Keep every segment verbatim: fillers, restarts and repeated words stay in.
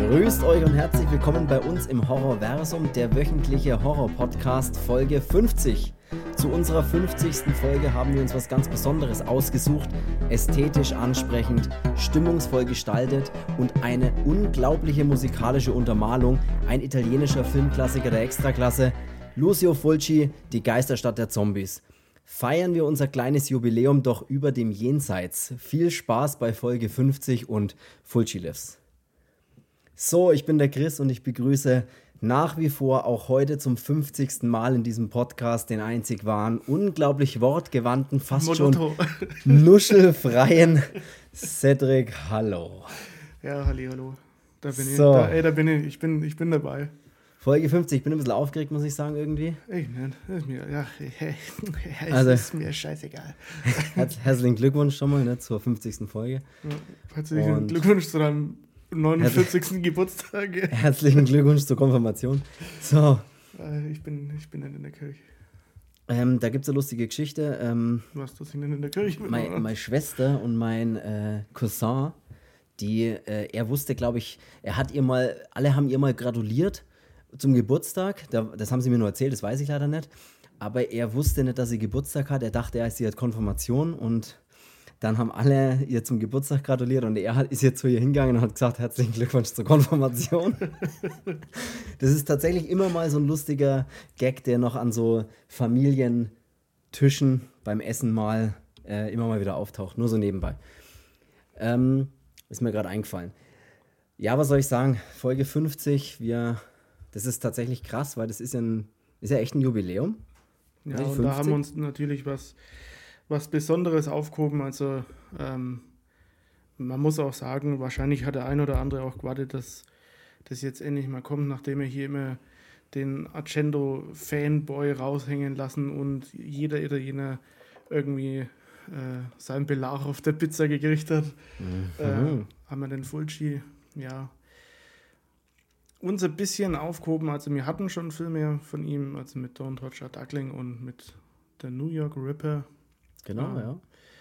Grüßt euch und herzlich willkommen bei uns im Horrorversum, der wöchentliche Horror-Podcast Folge fünfzig. Zu unserer fünfzigsten Folge haben wir uns was ganz Besonderes ausgesucht, ästhetisch ansprechend, stimmungsvoll gestaltet und eine unglaubliche musikalische Untermalung, ein italienischer Filmklassiker der Extraklasse, Lucio Fulci, die Geisterstadt der Zombies. Feiern wir unser kleines Jubiläum doch über dem Jenseits. Viel Spaß bei Folge fünfzig und Fulci lives. So, ich bin der Chris und ich begrüße nach wie vor auch heute zum fünfzigsten Mal in diesem Podcast den einzig wahren, unglaublich wortgewandten, fast Monoto. schon nuschelfreien Cedric. Hallo. Ja, halli, hallo. Da bin ich. So. Da, ey, da bin ich. Ich bin, ich bin dabei. Folge fünfzig, ich bin ein bisschen aufgeregt, muss ich sagen, irgendwie. Ich nicht. Ist mir, ja, es Also, ist mir scheißegal. Herz, herzlichen Glückwunsch schon mal ne, zur fünfzigsten Folge. Ja, herzlichen Und Glückwunsch zu deinem neunundvierzigsten Geburtstag. Herzlichen Glückwunsch zur Konfirmation. So. Äh, Ich bin, ich bin nicht in der Kirche. Ähm, da gibt es eine lustige Geschichte. Ähm, Was, du singst in der Kirche? Meine, meine Schwester und mein äh, Cousin, die, äh, er wusste, glaube ich, er hat ihr mal, alle haben ihr mal gratuliert zum Geburtstag. Da, das haben sie mir nur erzählt, das weiß ich leider nicht. Aber er wusste nicht, dass sie Geburtstag hat. Er dachte, er sie hat Konfirmation und dann haben alle ihr zum Geburtstag gratuliert und er hat, ist jetzt zu ihr hingegangen und hat gesagt, herzlichen Glückwunsch zur Konfirmation. Das ist tatsächlich immer mal so ein lustiger Gag, der noch an so Familientischen beim Essen mal äh, immer mal wieder auftaucht. Nur so nebenbei. Ähm, ist mir gerade eingefallen. Ja, was soll ich sagen? Folge fünfzig, wir, das ist tatsächlich krass, weil das ist ja, ein, ist ja echt ein Jubiläum. Ja, Also und fünfzig. da haben wir uns natürlich was, was Besonderes aufgehoben. Also, ähm, man muss auch sagen, wahrscheinlich hat der ein oder andere auch gewartet, dass das jetzt endlich mal kommt, nachdem er hier immer den Argento-Fanboy raushängen lassen und jeder Italiener irgendwie äh, seinen Belag auf der Pizza gekriegt hat. Mhm. Äh, haben wir den Fulci, ja, uns ein bisschen aufgehoben. Also wir hatten schon Filme von ihm, also mit Don't Touch a Duckling und mit der New York Ripper. Genau, Ah. ja.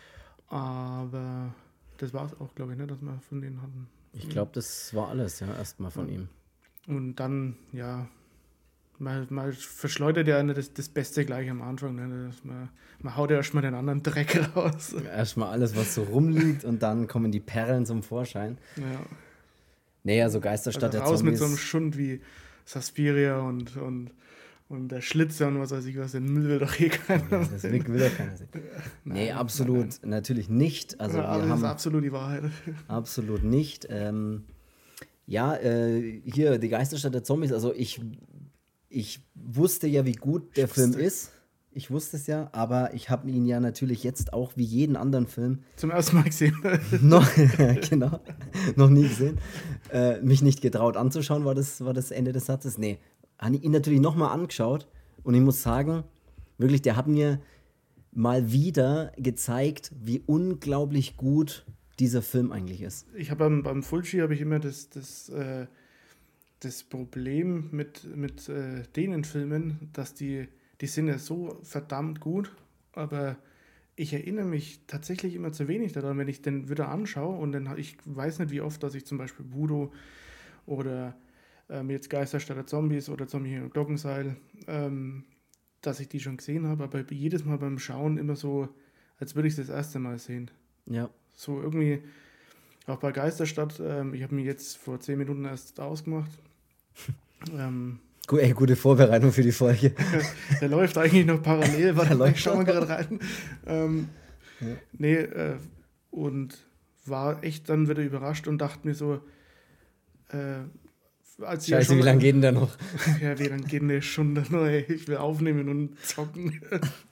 Aber das war es auch, glaube ich, ne, dass wir von denen hatten. Ich glaube, das war alles, ja, erstmal von Ja. ihm. Und dann, ja, man, man verschleudert ja nicht das, das Beste gleich am Anfang. Ne? Das, man, man haut ja erstmal den anderen Dreck raus. Erstmal alles, was so rumliegt und dann kommen die Perlen zum Vorschein. Ja. Nee, also Geisterstadt Also der raus Zombies. mit so einem Schund wie Suspiria und, und, und der Schlitzer und was weiß ich was, den Müll will doch eh keiner. Ja, das will, will ja keiner sehen. Nee, Nein, absolut, nein, natürlich nicht. Also ja, wir aber das haben ist absolut die Wahrheit. absolut nicht. Ähm, ja, äh, hier, die Geisterstadt der Zombies, also ich, ich wusste ja, wie gut der Ich Film wusste. ist. Ich wusste es ja, aber ich habe ihn ja natürlich jetzt auch wie jeden anderen Film Zum ersten Mal gesehen. noch, genau, noch nie gesehen. Äh, mich nicht getraut anzuschauen, war das, war das Ende des Satzes. Nee, habe ich ihn natürlich nochmal angeschaut und ich muss sagen, wirklich, der hat mir mal wieder gezeigt, wie unglaublich gut dieser Film eigentlich ist. Ich habe beim, beim Fulci habe ich immer das, das, äh, das Problem mit, mit äh, denen Filmen, dass die, die sind ja so verdammt gut, aber ich erinnere mich tatsächlich immer zu wenig daran, wenn ich den wieder anschaue und dann ich weiß nicht, wie oft, dass ich zum Beispiel Voodoo oder ähm, jetzt Geisterstadt der Zombies oder Zombie im Glockenseil, ähm, dass ich die schon gesehen habe, aber jedes Mal beim Schauen immer so, als würde ich es das erste Mal sehen. Ja, So irgendwie, auch bei Geisterstadt, ähm, ich habe mich jetzt vor zehn Minuten erst ausgemacht. ähm, Gu- ey, gute Vorbereitung für die Folge. der läuft eigentlich noch parallel, weil Der da läuft schauen wir gerade rein. Ähm, Ja. Nee, äh, und war echt dann wieder überrascht und dachte mir so, äh, als sie ja Scheiße, schon- wie lange geht denn der noch? Ja, wie lange geht denn eine Stunde noch, ey? Ich will aufnehmen und zocken.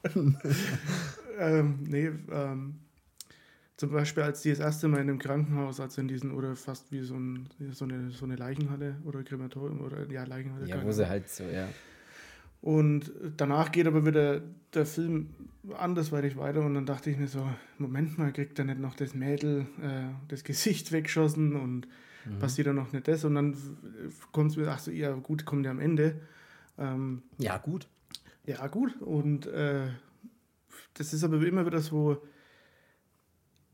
ähm, nee, ähm, zum Beispiel als die das erste Mal in einem Krankenhaus, also in diesen, oder fast wie so, ein, so, eine, so eine Leichenhalle oder Krematorium oder ja, Leichenhalle. Ja, keine wo sie Ahnung. halt so, ja. Und danach geht aber wieder der Film andersweitig weiter und dann dachte ich mir so, Moment mal, kriegt er nicht noch das Mädel äh, das Gesicht weggeschossen und Mhm. passiert dann noch nicht das und dann kommt es mir, ach so, ja gut, kommt ja am Ende. Ähm, Ja, gut. ja gut und äh, das ist aber immer wieder so,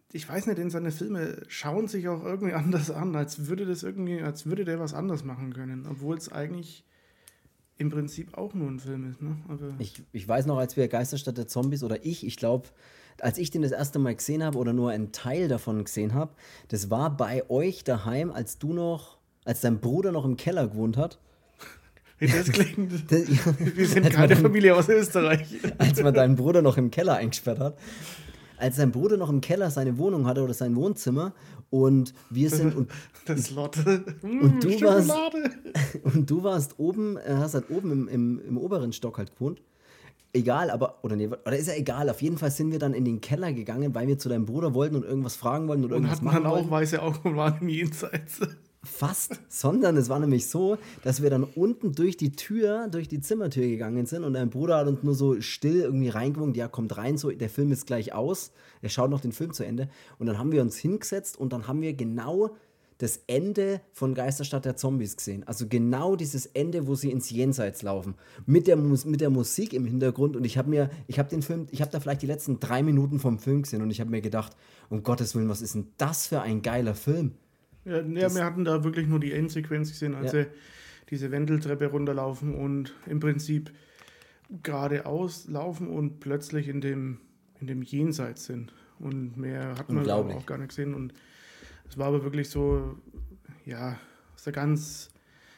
ich weiß nicht, in seine Filme schauen sich auch irgendwie anders an, als würde das irgendwie, als würde der was anders machen können, obwohl es eigentlich im Prinzip auch nur ein Film ist, ne? Aber Ich, ich weiß noch, als wir Geisterstadt der Zombies oder ich, ich glaube, als ich den das erste Mal gesehen habe oder nur einen Teil davon gesehen habe, das war bei euch daheim, als du noch, als dein Bruder noch im Keller gewohnt hat. wie das klingt, Das, wir sind als man keine dein- Familie aus Österreich. als man deinen Bruder noch im Keller eingesperrt hat. Als dein Bruder noch im Keller seine Wohnung hatte oder sein Wohnzimmer und wir sind und, Das Slot. und du warst Schokolade. und du warst oben, äh, hast halt oben im, im, im oberen Stock halt gewohnt. Egal, aber, oder nee, oder ist ja egal, auf jeden Fall sind wir dann in den Keller gegangen, weil wir zu deinem Bruder wollten und irgendwas fragen wollten oder Und irgendwas hatten machen dann auch wollten. weiße Augen und waren im Jenseits. Fast, sondern es war nämlich so, dass wir dann unten durch die Tür, durch die Zimmertür gegangen sind und dein Bruder hat uns nur so still irgendwie reingewunken, ja, kommt rein, so, der Film ist gleich aus, er schaut noch den Film zu Ende und dann haben wir uns hingesetzt und dann haben wir genau das Ende von Geisterstadt der Zombies gesehen. Also genau dieses Ende, wo sie ins Jenseits laufen. Mit der, Mus- mit der Musik im Hintergrund und ich habe mir, ich habe den Film, ich habe da vielleicht die letzten drei Minuten vom Film gesehen und ich habe mir gedacht, um Gottes Willen, was ist denn das für ein geiler Film? Ja, ja, wir hatten da wirklich nur die Endsequenz gesehen, als Ja. sie diese Wendeltreppe runterlaufen und im Prinzip geradeaus laufen und plötzlich in dem, in dem Jenseits sind. Und mehr hat man aber Unglaublich. auch gar nicht gesehen. Und es war aber wirklich so, ja, ist ein ganz,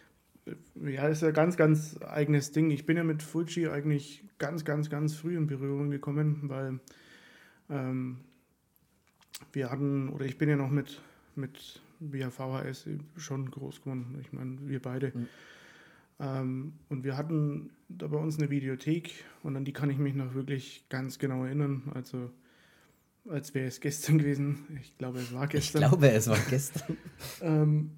ja, ist ein ganz, ganz eigenes Ding. Ich bin ja mit Fulci eigentlich ganz, ganz, ganz früh in Berührung gekommen, weil ähm, wir hatten, oder ich bin ja noch mit, mit via V H S schon groß geworden. Ich meine, wir beide. Mhm. Ähm, und wir hatten da bei uns eine Videothek und an die kann ich mich noch wirklich ganz genau erinnern. Also, als wäre es gestern gewesen. Ich glaube, es war Ich gestern. glaube, es war gestern. Ähm,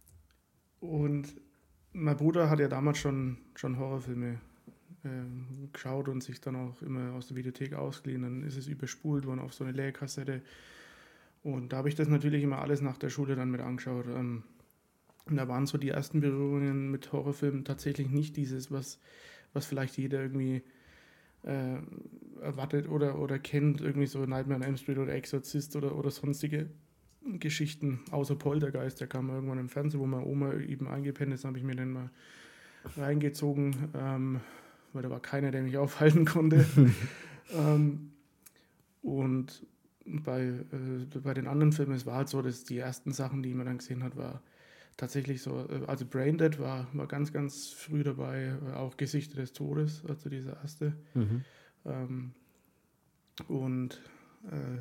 und mein Bruder hat ja damals schon, schon Horrorfilme ähm, geschaut und sich dann auch immer aus der Videothek ausgeliehen. Dann ist es überspult worden auf so eine Leerkassette. Und da habe ich das natürlich immer alles nach der Schule dann mit angeschaut. Ähm, und da waren so die ersten Berührungen mit Horrorfilmen tatsächlich nicht dieses, was, was vielleicht jeder irgendwie äh, erwartet oder, oder kennt, irgendwie so Nightmare on Elm Street oder Exorzist oder, oder sonstige Geschichten, außer Poltergeist, der kam irgendwann im Fernsehen, wo meine Oma eben eingepennt ist, habe ich mir den mal reingezogen, ähm, weil da war keiner, der mich aufhalten konnte. ähm, und bei, äh, bei den anderen Filmen, es war halt so, dass die ersten Sachen, die man dann gesehen hat, war tatsächlich so, äh, also Braindead war, war ganz, ganz früh dabei, äh, auch Gesichter des Todes, also dieser erste. Mhm. Ähm, und äh,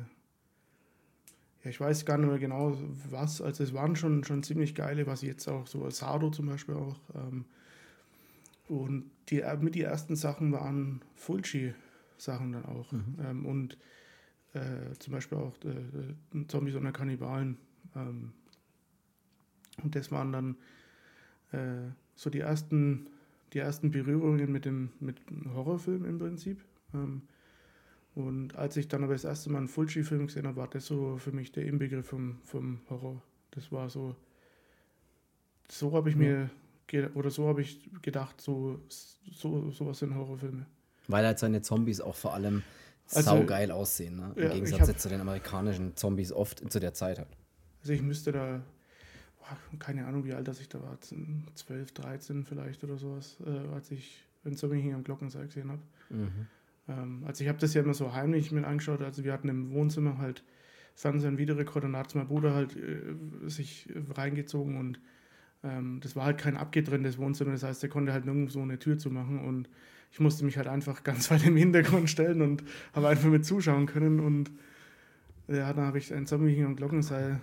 ja, ich weiß gar nicht mehr genau, was, also es waren schon, schon ziemlich geile, was jetzt auch so, Sado zum Beispiel auch. Ähm, und die, mit die ersten Sachen waren Fulci-Sachen dann auch. Mhm. Ähm, und äh, zum Beispiel auch äh, Zombies und Kannibalen. Ähm, und das waren dann äh, so die ersten, die ersten Berührungen mit dem, mit dem Horrorfilm im Prinzip. Ähm, und als ich dann aber das erste Mal einen Fulci-Film gesehen habe, war das so für mich der Inbegriff vom, vom Horror. Das war so, so habe ich Ja. mir, ge- oder so habe ich gedacht, so, so sowas sind Horrorfilme. Weil halt seine Zombies auch vor allem Also, saugeil aussehen, ne? Im ja, ich Gegensatz hab- jetzt zu den amerikanischen Zombies oft zu der Zeit halt. Also ich müsste da, boah, keine Ahnung, wie alt das ich da war, zwölf, dreizehn vielleicht oder sowas, äh, als ich in Zombie am Glockenseil gesehen habe. Mhm. Ähm, also ich habe das ja immer so heimlich mit angeschaut. Also wir hatten im Wohnzimmer halt Fernseher und Videorekorder und da hat mein Bruder halt äh, sich reingezogen und ähm, das war halt kein abgetrenntes Wohnzimmer. Das heißt, er konnte halt nirgendwo eine Tür zumachen und ich musste mich halt einfach ganz weit im Hintergrund stellen und habe einfach mit zuschauen können und ja, dann habe ich ein Zombie am Glockenseil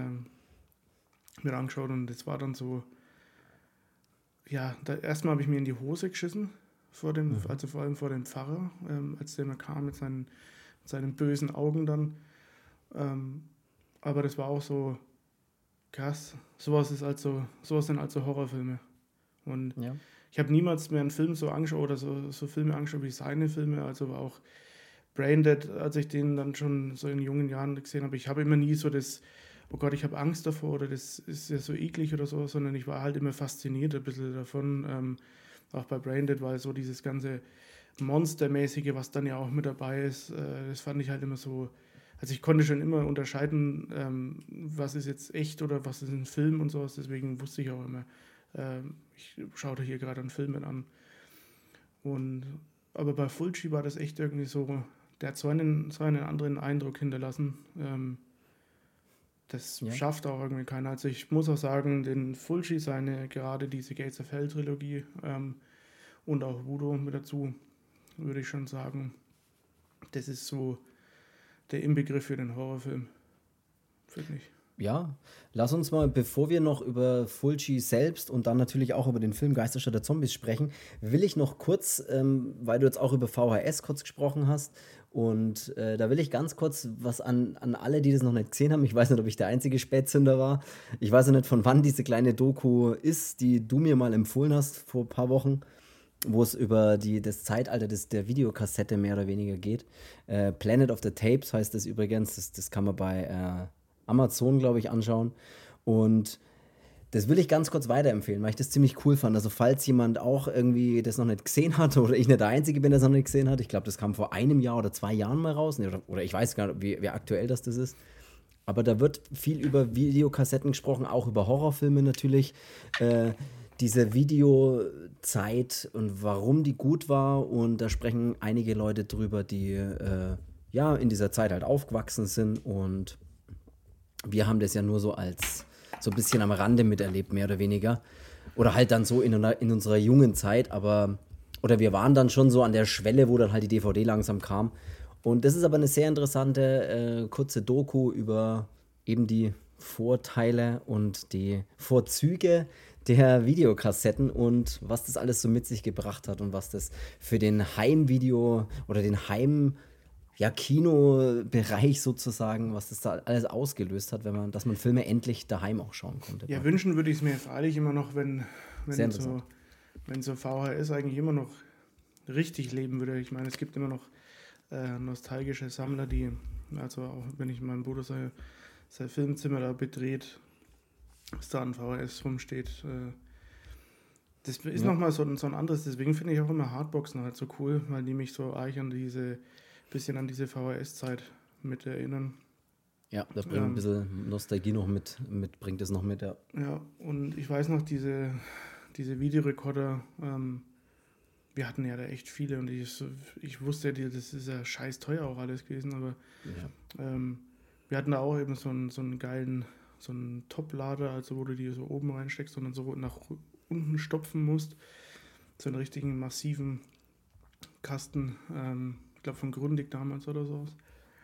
äh, mir angeschaut und das war dann so, ja, da, erstmal habe ich mir in die Hose geschissen, vor dem, Mhm. also vor allem vor dem Pfarrer, ähm, als der mal kam mit seinen, mit seinen bösen Augen dann. Ähm, aber das war auch so krass. Sowas ist also, sowas sind also Horrorfilme. Und Ja. ich habe niemals mehr einen Film so angeschaut oder so, so Filme angeschaut wie seine Filme, also auch Braindead, als ich den dann schon so in jungen Jahren gesehen habe. Ich habe immer nie so das, oh Gott, ich habe Angst davor oder das ist ja so eklig oder so, sondern ich war halt immer fasziniert ein bisschen davon. Ähm, auch bei Braindead war so dieses ganze Monstermäßige, was dann ja auch mit dabei ist, äh, das fand ich halt immer so, also ich konnte schon immer unterscheiden, ähm, was ist jetzt echt oder was ist ein Film und sowas, deswegen wusste ich auch immer, ähm, ich schaue da hier gerade einen Film an. Und, aber bei Fulci war das echt irgendwie so, der hat so einen, so einen anderen Eindruck hinterlassen. Ähm, das Ja. schafft auch irgendwie keiner. Also ich muss auch sagen, den Fulci, seine, gerade diese Gates of Hell Trilogie ähm, und auch Voodoo mit dazu, würde ich schon sagen, das ist so der Inbegriff für den Horrorfilm, finde ich. Ja, lass uns mal, bevor wir noch über Fulci selbst und dann natürlich auch über den Film Geisterstadt der Zombies sprechen, will ich noch kurz, ähm, weil du jetzt auch über V H S kurz gesprochen hast, und äh, da will ich ganz kurz was an, an alle, die das noch nicht gesehen haben. Ich weiß nicht, ob ich der einzige Spätzünder war. Ich weiß auch nicht, von wann diese kleine Doku ist, die du mir mal empfohlen hast vor ein paar Wochen, wo es über die, das Zeitalter des, der Videokassette mehr oder weniger geht. Äh, Planet of the Tapes heißt das übrigens. Das, das kann man bei äh, Amazon, glaube ich, anschauen. Und das will ich ganz kurz weiterempfehlen, weil ich das ziemlich cool fand. Also falls jemand auch irgendwie das noch nicht gesehen hat oder ich nicht der Einzige bin, der es noch nicht gesehen hat. Ich glaube, das kam vor einem Jahr oder zwei Jahren mal raus. Oder, oder ich weiß gar nicht, wie, wie aktuell das, das ist. Aber da wird viel über Videokassetten gesprochen, auch über Horrorfilme natürlich. Äh, diese Videozeit und warum die gut war. Und da sprechen einige Leute drüber, die äh, ja in dieser Zeit halt aufgewachsen sind. Und wir haben das ja nur so als so ein bisschen am Rande miterlebt, mehr oder weniger. Oder halt dann so in, in unserer jungen Zeit, aber oder wir waren dann schon so an der Schwelle, wo dann halt die D V D langsam kam. Und das ist aber eine sehr interessante äh, kurze Doku über eben die Vorteile und die Vorzüge der Videokassetten und was das alles so mit sich gebracht hat und was das für den Heimvideo oder den Heim ja, Kinobereich sozusagen, was das da alles ausgelöst hat, wenn man, dass man Filme endlich daheim auch schauen konnte. Ja, wünschen würde ich es mir freilich immer noch, wenn, Sehr wenn, so, wenn so V H S eigentlich immer noch richtig leben würde. Ich meine, es gibt immer noch äh, nostalgische Sammler, die, also auch wenn ich meinem Bruder sein, sein Filmzimmer da bedreht, dass da ein V H S rumsteht. Äh, das ist Ja. nochmal so, ein- so ein anderes, deswegen finde ich auch immer Hardboxen halt so cool, weil die mich so arg an diese, bisschen an diese V H S-Zeit mit erinnern. Ja, das bringt Ähm, ein bisschen Nostalgie noch mit, mit bringt es noch mit, ja. Ja, und ich weiß noch, diese, diese Videorekorder, ähm, wir hatten ja da echt viele und ich, so- ich wusste ja, das ist ja scheiß teuer auch alles gewesen, aber ja. ähm, wir hatten da auch eben so einen, so einen geilen, so einen Top-Lader, also wo du die so oben reinsteckst und dann so nach unten stopfen musst. So einen richtigen massiven Kasten, ähm, ich glaube von Grundig damals oder sowas.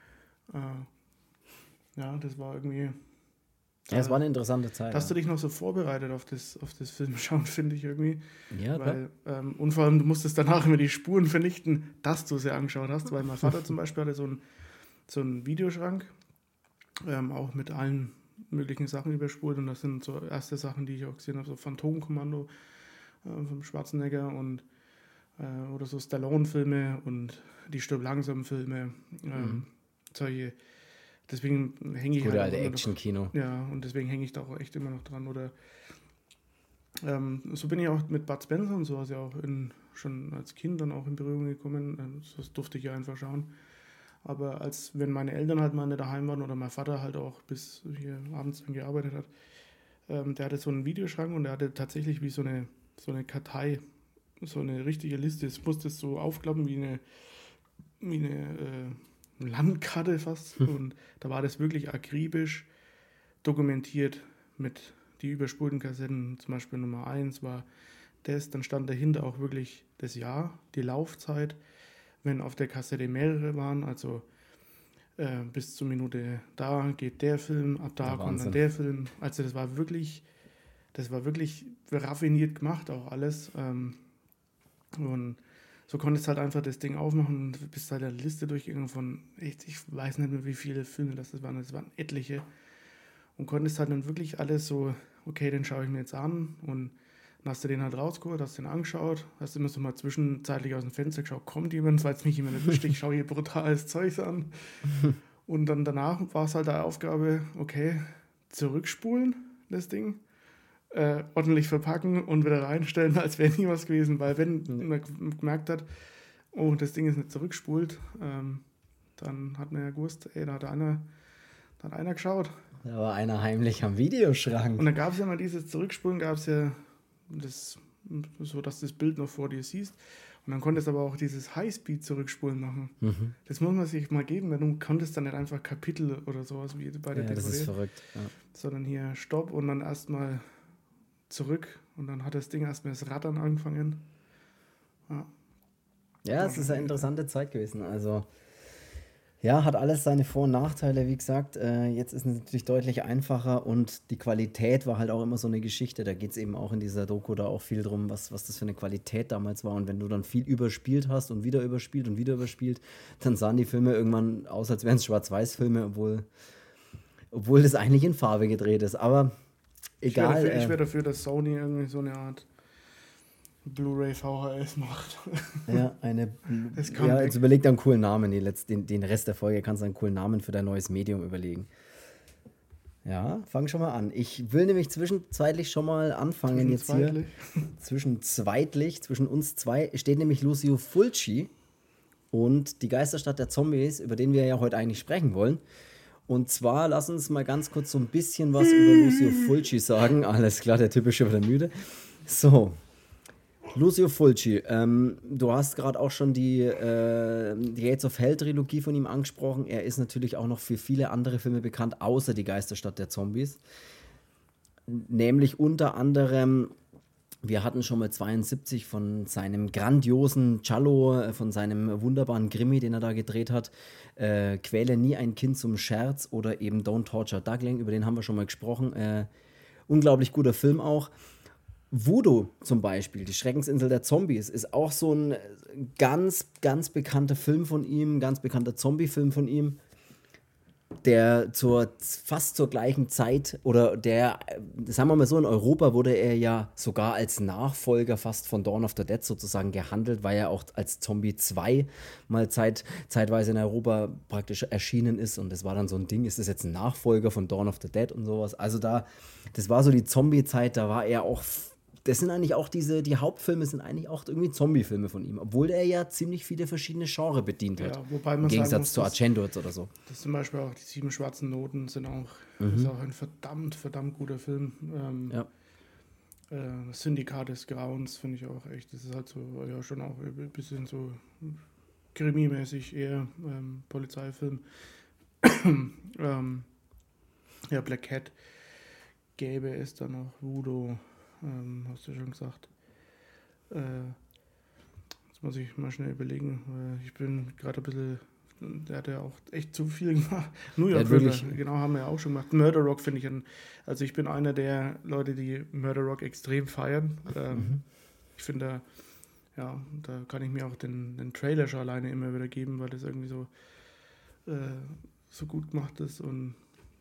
Äh, ja, das war irgendwie. Ja, es war eine interessante Zeit. Da hast du Ja, dich noch so vorbereitet auf das, auf das Filmschauen, finde ich irgendwie. ja klar. Weil, ähm, und vor allem, du musstest danach immer die Spuren vernichten, dass du sie angeschaut hast, weil mein Vater zum Beispiel hatte so einen, so einen Videoschrank, ähm, auch mit allen möglichen Sachen überspult und das sind so erste Sachen, die ich auch gesehen habe, so Phantomkommando äh, vom Schwarzenegger und äh, oder so Stallone-Filme und die Stirb langsam Filme, ähm, Mhm. solche. Deswegen hänge ich Gute halt alte auch immer noch, Action-Kino. ja, und deswegen hänge ich da auch echt immer noch dran. Oder ähm, so bin ich auch mit Bud Spencer und sowas ja auch in, schon als Kind dann auch in Berührung gekommen. Ähm, Das durfte ich ja einfach schauen. Aber als wenn meine Eltern halt mal nicht daheim waren oder mein Vater halt auch bis hier abends dann gearbeitet hat, ähm, der hatte so einen Videoschrank und der hatte tatsächlich wie so eine, so eine Kartei, so eine richtige Liste. Es musste so aufklappen wie eine, wie eine äh, Landkarte fast. Und da war das wirklich akribisch dokumentiert mit die überspulten Kassetten. Zum Beispiel Nummer eins war das, dann stand dahinter auch wirklich das Jahr, die Laufzeit. Wenn auf der Kassette mehrere waren, also äh, bis zur Minute da geht der Film, ab da Ja, kommt Wahnsinn. dann der Film. Also das war wirklich, das war wirklich raffiniert gemacht auch alles. Ähm, und so konntest halt einfach das Ding aufmachen und bist halt eine Liste durchgegangen von, ich, ich weiß nicht mehr, wie viele Filme das waren, das waren etliche. Und konntest halt dann wirklich alles so, okay, den schaue ich mir jetzt an und dann hast du den halt rausgeholt, hast den angeschaut, hast immer so mal zwischenzeitlich aus dem Fenster geschaut, kommt jemand, weil es mich jemand erwischt, ich schaue hier brutales Zeugs an. Und dann danach war es halt die Aufgabe, okay, zurückspulen, das Ding, äh, ordentlich verpacken und wieder reinstellen, als wäre nie was gewesen, weil wenn man gemerkt hat, oh, das Ding ist nicht zurückspult, ähm, dann hat man ja gewusst, ey, da hat einer, da hat einer geschaut. Da war einer heimlich am Videoschrank. Und dann gab es ja mal dieses Zurückspulen, gab es ja das, so, dass du das Bild noch vor dir siehst. Und dann konntest du aber auch dieses Highspeed zurückspulen machen. Mhm. Das muss man sich mal geben, weil du konntest dann nicht einfach Kapitel oder sowas wie bei der ja, D V D. Das ist verrückt. Ja. Sondern hier Stopp und dann erstmal zurück und dann hat das Ding erstmal das Rattern angefangen. Ja, ja es ist eine interessante Zeit gewesen. Also ja, hat alles seine Vor- und Nachteile, wie gesagt. Äh, jetzt ist es natürlich deutlich einfacher und die Qualität war halt auch immer so eine Geschichte. Da geht es eben auch in dieser Doku da auch viel drum, was, was das für eine Qualität damals war. Und wenn du dann viel überspielt hast und wieder überspielt und wieder überspielt, dann sahen die Filme irgendwann aus, als wären es Schwarz-Weiß-Filme, obwohl, obwohl das eigentlich in Farbe gedreht ist. Aber egal. Ich wäre dafür, äh, wär dafür, dass Sony irgendwie so eine Art Blu-ray V H S macht. Ja, eine. Ja, jetzt überleg dir einen coolen Namen. Den, den Rest der Folge kannst du einen coolen Namen für dein neues Medium überlegen. Ja, fang schon mal an. Ich will nämlich zwischenzeitlich schon mal anfangen jetzt hier. Zwischenzweitlich, zwischen uns zwei steht nämlich Lucio Fulci und die Geisterstadt der Zombies, über den wir ja heute eigentlich sprechen wollen. Und zwar, lass uns mal ganz kurz so ein bisschen was über Lucio Fulci sagen. Alles klar, der Typ ist schon wieder müde. So. Lucio Fulci, ähm, du hast gerade auch schon die, äh, die Gates of Hell Trilogie von ihm angesprochen. Er ist natürlich auch noch für viele andere Filme bekannt, außer die Geisterstadt der Zombies. Nämlich unter anderem, wir hatten schon mal zweiundsiebzig von seinem grandiosen Giallo, von seinem wunderbaren Krimi, den er da gedreht hat, äh, Quäle nie ein Kind zum Scherz oder eben Don't Torture Duckling, über den haben wir schon mal gesprochen. Äh, unglaublich guter Film auch. Voodoo zum Beispiel, die Schreckensinsel der Zombies, ist auch so ein ganz, ganz bekannter Film von ihm, ganz bekannter Zombie-Film von ihm, der zur, fast zur gleichen Zeit, oder der, sagen wir mal so, in Europa wurde er ja sogar als Nachfolger fast von Dawn of the Dead sozusagen gehandelt, weil er auch als Zombie zwei mal Zeit, zeitweise in Europa praktisch erschienen ist und das war dann so ein Ding, ist das jetzt ein Nachfolger von Dawn of the Dead und sowas, also da, das war so die Zombie-Zeit, da war er auch. Das sind eigentlich auch diese, die Hauptfilme sind eigentlich auch irgendwie Zombie-Filme von ihm, obwohl er ja ziemlich viele verschiedene Genres bedient hat. Ja, wobei man im Gegensatz sagen muss, zu Argento oder so. Das zum Beispiel auch die sieben schwarzen Noten sind auch, mhm. ist auch ein verdammt, verdammt guter Film. Ähm, ja. äh, Syndikat des Grauens finde ich auch echt, das ist halt so, ja schon auch ein bisschen so Krimi-mäßig eher ähm, Polizeifilm. ähm, ja, Black Cat gäbe es dann auch, Voodoo. Ähm, hast du schon gesagt. Äh, jetzt muss ich mal schnell überlegen. Äh, ich bin gerade ein bisschen. Der hat ja auch echt zu viel gemacht. New York River, genau, haben wir ja auch schon gemacht. Murder Rock finde ich ein. Also, ich bin einer der Leute, die Murder Rock extrem feiern. Ähm, mhm. Ich finde, da, ja, da kann ich mir auch den, den Trailer schon alleine immer wieder geben, weil das irgendwie so, äh, so gut gemacht ist. Und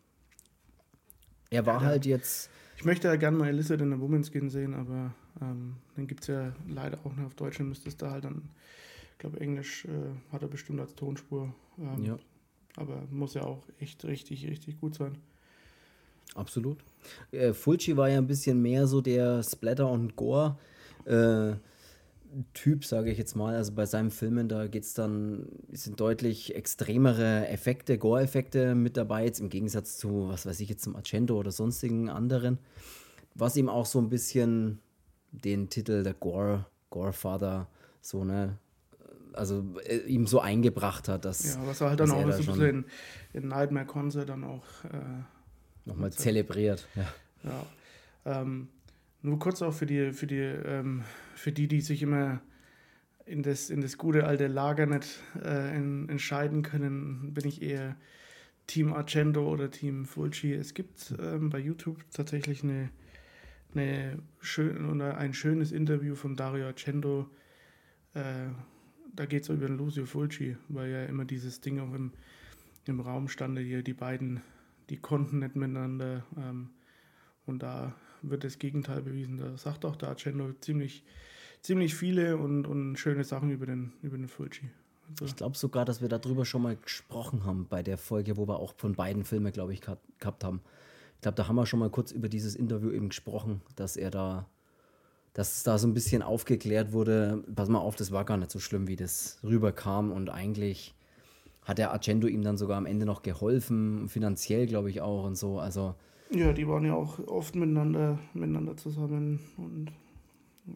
er war ja, halt jetzt. Ich möchte ja gerne mal Lizard in a Woman's Skin sehen, aber ähm, den gibt es ja leider auch noch auf Deutsch. Dann müsste es da halt dann, ich glaube, Englisch äh, hat er bestimmt als Tonspur. Ähm, ja. Aber muss ja auch echt richtig, richtig gut sein. Absolut. Äh, Fulci war ja ein bisschen mehr so der Splatter- und Gore- äh, Typ, sage ich jetzt mal. Also bei seinen Filmen, da geht es dann, sind deutlich extremere Effekte, Gore-Effekte mit dabei, jetzt im Gegensatz zu, was weiß ich, jetzt zum Argento oder sonstigen anderen, was ihm auch so ein bisschen den Titel der Gore, Gore-Father so, ne, also äh, ihm so eingebracht hat, dass ja, was er halt dann auch so ein bisschen in, in Nightmare Concert dann auch äh, nochmal zelebriert. Ja. Ja, ähm, nur kurz auch für die, für die, ähm, für die, die sich immer in das, in das gute alte Lager nicht äh, in, entscheiden können, bin ich eher Team Argento oder Team Fulci. Es gibt ähm, bei YouTube tatsächlich eine, eine schön, oder ein schönes Interview von Dario Argento. Äh, da geht es über den Lucio Fulci, weil ja immer dieses Ding auch im, im Raum stand, hier die beiden, die konnten nicht miteinander. Ähm, und da wird das Gegenteil bewiesen. Da sagt auch der Argento ziemlich, ziemlich viele und, und schöne Sachen über den, über den Fulci. Also ich glaube sogar, dass wir darüber schon mal gesprochen haben bei der Folge, wo wir auch von beiden Filmen, glaube ich, gehabt haben. Ich glaube, da haben wir schon mal kurz über dieses Interview eben gesprochen, dass er da, dass da so ein bisschen aufgeklärt wurde, pass mal auf, das war gar nicht so schlimm, wie das rüberkam und eigentlich hat der Argento ihm dann sogar am Ende noch geholfen, finanziell glaube ich auch und so, also Ja, die waren ja auch oft miteinander, miteinander zusammen und ja.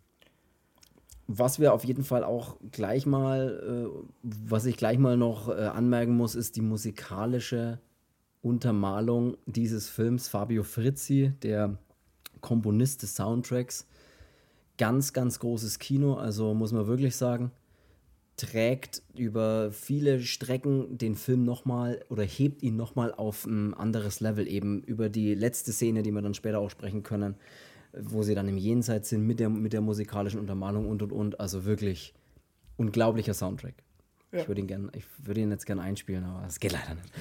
Was wir auf jeden Fall auch gleich mal, äh, was ich gleich mal noch äh, anmerken muss, ist die musikalische Untermalung dieses Films. Fabio Frizzi, der Komponist des Soundtracks, ganz, ganz großes Kino, also muss man wirklich sagen, trägt über viele Strecken den Film nochmal oder hebt ihn nochmal auf ein anderes Level, eben über die letzte Szene, die wir dann später auch sprechen können, wo sie dann im Jenseits sind mit der, mit der musikalischen Untermalung und und und. Also wirklich unglaublicher Soundtrack. Ja. Ich würde ihn, gern, ich würd ihn jetzt gerne einspielen, aber es geht leider nicht.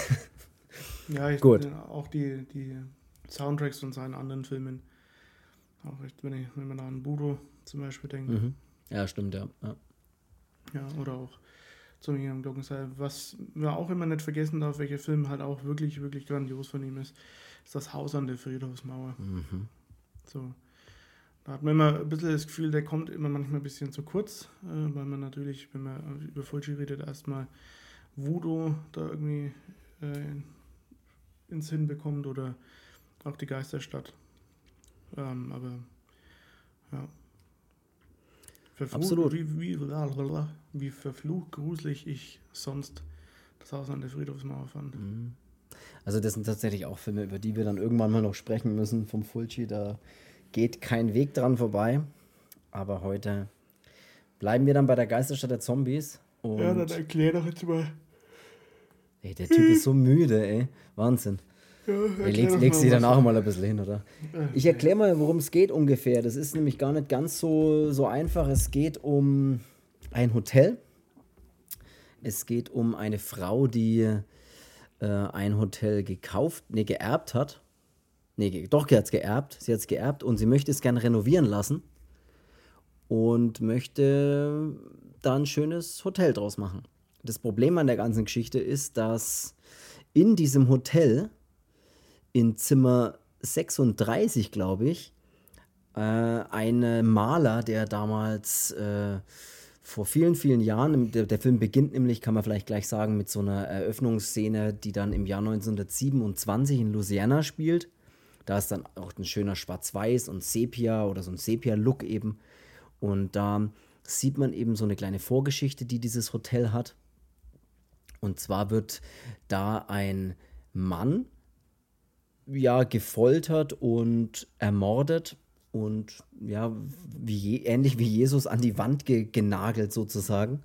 Ja, ich Gut. auch die, die Soundtracks von seinen anderen Filmen. Auch echt, wenn, ich, wenn man an Budo zum Beispiel denkt. Mhm. Ja, stimmt, ja. ja. Ja, oder auch zum Hingang Glockenseil. Was wir auch immer nicht vergessen darf, welcher Film halt auch wirklich, wirklich grandios von ihm ist, ist das Haus an der Friedhofsmauer. Mhm. So. Da hat man immer ein bisschen das Gefühl, der kommt immer manchmal ein bisschen zu kurz, äh, weil man natürlich, wenn man über Fulci redet, erstmal Voodoo da irgendwie äh, ins Hin bekommt oder auch die Geisterstadt. Ähm, aber ja. Verflucht, Absolut. Wie, wie, wie verflucht gruselig ich sonst das Haus an der Friedhofsmauer fand. Mhm. Also das sind tatsächlich auch Filme, über die wir dann irgendwann mal noch sprechen müssen vom Fulci. Da geht kein Weg dran vorbei. Aber heute bleiben wir dann bei der Geisterstadt der Zombies. Und Ja, dann erklär doch jetzt mal. ey, der Typ ist so müde, ey. Wahnsinn. Ja, Ey, legst legst dich danach mal ein bisschen hin, oder? Ich erkläre mal, worum es geht ungefähr. Das ist nämlich gar nicht ganz so, so einfach. Es geht um ein Hotel. Es geht um eine Frau, die äh, ein Hotel gekauft, nee, geerbt hat. Nee, ge- doch, sie hat es geerbt. Sie hat es geerbt und sie möchte es gerne renovieren lassen. Und möchte da ein schönes Hotel draus machen. Das Problem an der ganzen Geschichte ist, dass in diesem Hotel in Zimmer sechsunddreißig, glaube ich, äh, ein Maler, der damals äh, vor vielen, vielen Jahren, der, der Film beginnt nämlich, kann man vielleicht gleich sagen, mit so einer Eröffnungsszene, die dann im Jahr neunzehnhundertsiebenundzwanzig in Louisiana spielt. Da ist dann auch ein schöner Schwarz-Weiß und Sepia oder so ein Sepia-Look eben. Und da sieht man eben so eine kleine Vorgeschichte, die dieses Hotel hat. Und zwar wird da ein Mann ja, gefoltert und ermordet und ja, wie je, ähnlich wie Jesus an die Wand ge, genagelt sozusagen,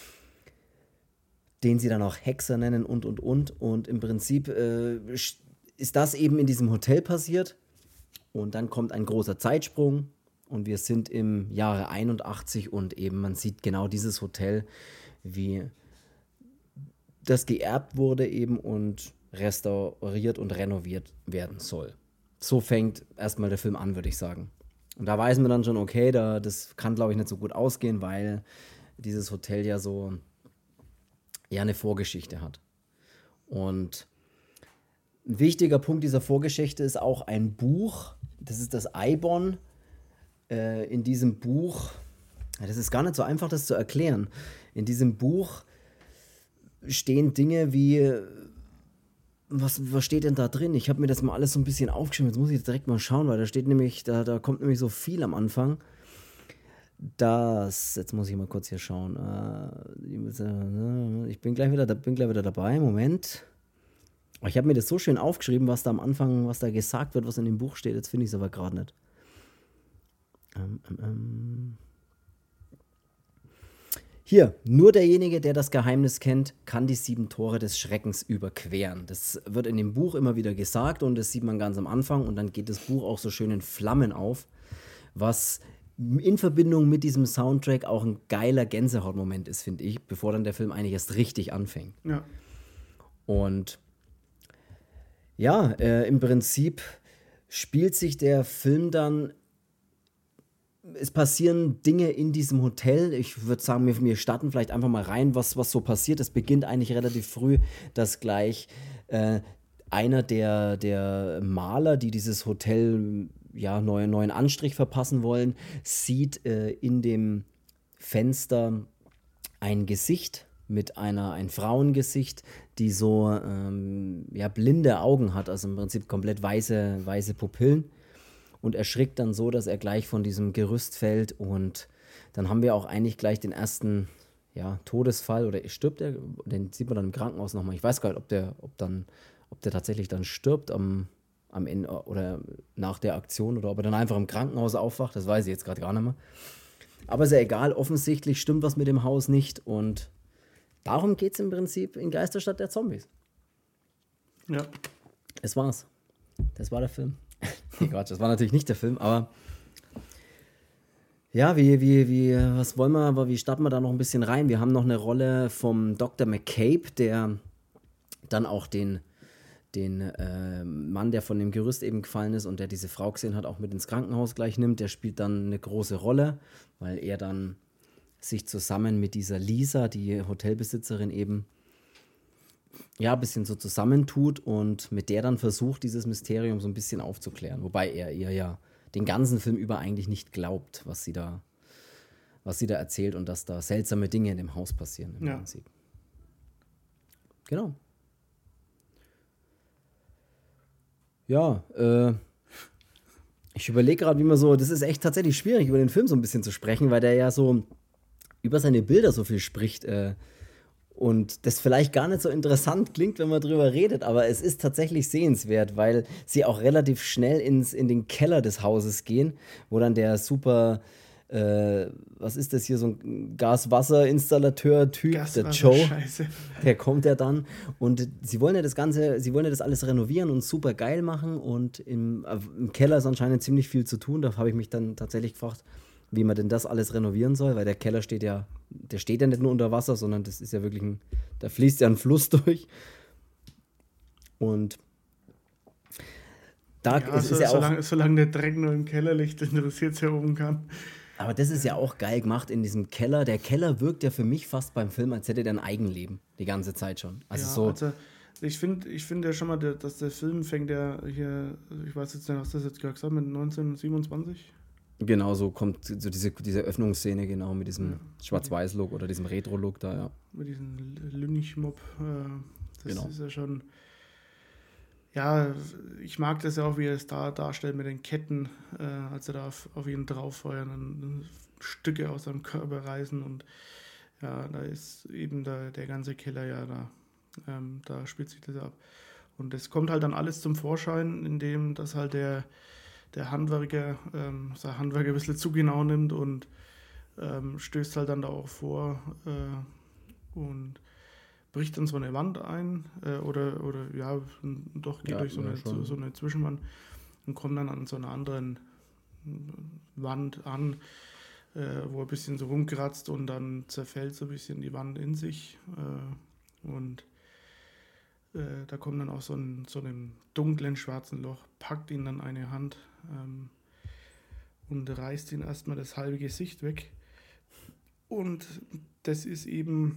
den sie dann auch Hexer nennen und und und und im Prinzip äh, ist das eben in diesem Hotel passiert und dann kommt ein großer Zeitsprung und wir sind im Jahre einundachtzig und eben man sieht genau dieses Hotel, wie das geerbt wurde eben und restauriert und renoviert werden soll. So fängt erstmal der Film an, würde ich sagen. Und da weiß man dann schon, okay, da, das kann, glaube ich, nicht so gut ausgehen, weil dieses Hotel ja so ja eine Vorgeschichte hat. Und ein wichtiger Punkt dieser Vorgeschichte ist auch ein Buch. Das ist das Eibon. Äh, in diesem Buch, das ist gar nicht so einfach, das zu erklären. In diesem Buch stehen Dinge wie Was, was steht denn da drin? Ich habe mir das mal alles so ein bisschen aufgeschrieben. Jetzt muss ich jetzt direkt mal schauen, weil da steht nämlich, da, da kommt nämlich so viel am Anfang. Das, jetzt muss ich mal kurz hier schauen. Ich bin gleich wieder, bin gleich wieder dabei. Moment. Ich habe mir das so schön aufgeschrieben, was da am Anfang, was da gesagt wird, was in dem Buch steht. Jetzt finde ich es aber gerade nicht. Ähm, ähm, ähm. Hier, nur derjenige, der das Geheimnis kennt, kann die sieben Tore des Schreckens überqueren. Das wird in dem Buch immer wieder gesagt und das sieht man ganz am Anfang und dann geht das Buch auch so schön in Flammen auf, was in Verbindung mit diesem Soundtrack auch ein geiler Gänsehautmoment ist, finde ich, bevor dann der Film eigentlich erst richtig anfängt. Ja. Und ja, äh, im Prinzip spielt sich der Film dann es passieren Dinge in diesem Hotel. Ich würde sagen, wir, wir starten vielleicht einfach mal rein, was, was so passiert. Es beginnt eigentlich relativ früh, dass gleich äh, einer der, der Maler, die dieses Hotel ja, neuen, neuen Anstrich verpassen wollen, sieht äh, in dem Fenster ein Gesicht mit einer, ein Frauengesicht, die so ähm, ja, blinde Augen hat, also im Prinzip komplett weiße, weiße Pupillen und erschrickt dann so, dass er gleich von diesem Gerüst fällt und dann haben wir auch eigentlich gleich den ersten ja, Todesfall oder stirbt er, den sieht man dann im Krankenhaus nochmal, ich weiß gar nicht, ob der, ob dann, ob der tatsächlich dann stirbt am, am Ende oder nach der Aktion oder ob er dann einfach im Krankenhaus aufwacht, das weiß ich jetzt gerade gar nicht mehr. Aber ist ja egal, offensichtlich stimmt was mit dem Haus nicht und darum geht es im Prinzip in Geisterstadt der Zombies. Ja. Es war's. Das war der Film. Nee, Quatsch, das war natürlich nicht der Film, aber ja, wie, wie, wie, was wollen wir, aber wie starten wir da noch ein bisschen rein? Wir haben noch eine Rolle vom Doktor McCabe, der dann auch den, den äh, Mann, der von dem Gerüst eben gefallen ist und der diese Frau gesehen hat, auch mit ins Krankenhaus gleich nimmt. Der spielt dann eine große Rolle, weil er dann sich zusammen mit dieser Lisa, die Hotelbesitzerin eben, ja, ein bisschen so zusammentut und mit der dann versucht, dieses Mysterium so ein bisschen aufzuklären. Wobei er ihr ja den ganzen Film über eigentlich nicht glaubt, was sie da, was sie da erzählt und dass da seltsame Dinge in dem Haus passieren im Ja. Prinzip. Genau. Ja, äh, ich überlege gerade, wie man so, das ist echt tatsächlich schwierig, über den Film so ein bisschen zu sprechen, weil der ja so über seine Bilder so viel spricht äh, und das vielleicht gar nicht so interessant klingt, wenn man drüber redet, aber es ist tatsächlich sehenswert, weil sie auch relativ schnell ins, in den Keller des Hauses gehen, wo dann der super, äh, was ist das hier, so ein Gas-Wasser-Installateur-Typ, der Joe, Scheiße. der kommt ja dann und sie wollen ja das Ganze, sie wollen ja das alles renovieren und super geil machen und im, äh, im Keller ist anscheinend ziemlich viel zu tun, da habe ich mich dann tatsächlich gefragt, wie man denn das alles renovieren soll, weil der Keller steht ja, der steht ja nicht nur unter Wasser, sondern das ist ja wirklich ein, da fließt ja ein Fluss durch. Und da Ja, ist, so, ist ja auch, solange, solange der Dreck nur im Keller liegt, interessiert es ja oben kann. aber das ist ja auch geil gemacht in diesem Keller. Der Keller wirkt ja für mich fast beim Film, als hätte der ein Eigenleben, die ganze Zeit schon. Also Ja, so, also ich finde ich find ja schon mal, der, dass der Film fängt ja hier, ich weiß jetzt nicht, was das jetzt gerade gesagt mit neunzehnhundertsiebenundzwanzig. genau so kommt so diese, diese Öffnungsszene, genau, mit diesem Ja. Schwarz-Weiß-Look oder diesem Retro-Look da, ja. Mit diesem Lynch-Mob. Äh, das Genau. ist ja schon. Ja, ich mag das ja auch, wie er es da darstellt mit den Ketten, äh, als er da auf, auf ihn drauffeuern und dann Stücke aus seinem Körper reißen und ja, da ist eben der, der ganze Keller ja da. Ähm, da spielt sich das ab. Und das kommt halt dann alles zum Vorschein, indem das halt der, der Handwerker ähm, sein Handwerk ein bisschen zu genau nimmt und ähm, stößt halt dann da auch vor äh, und bricht dann so eine Wand ein äh, oder, oder ja, doch geht Ja, durch so ja, eine, schon. so eine Zwischenwand und kommt dann an so einer anderen Wand an, äh, wo er ein bisschen so rumkratzt und dann zerfällt so ein bisschen die Wand in sich äh, und äh, da kommt dann auch so ein so einem dunklen schwarzen Loch, packt ihn dann eine Hand ähm, und reißt ihn erstmal das halbe Gesicht weg. Und das ist eben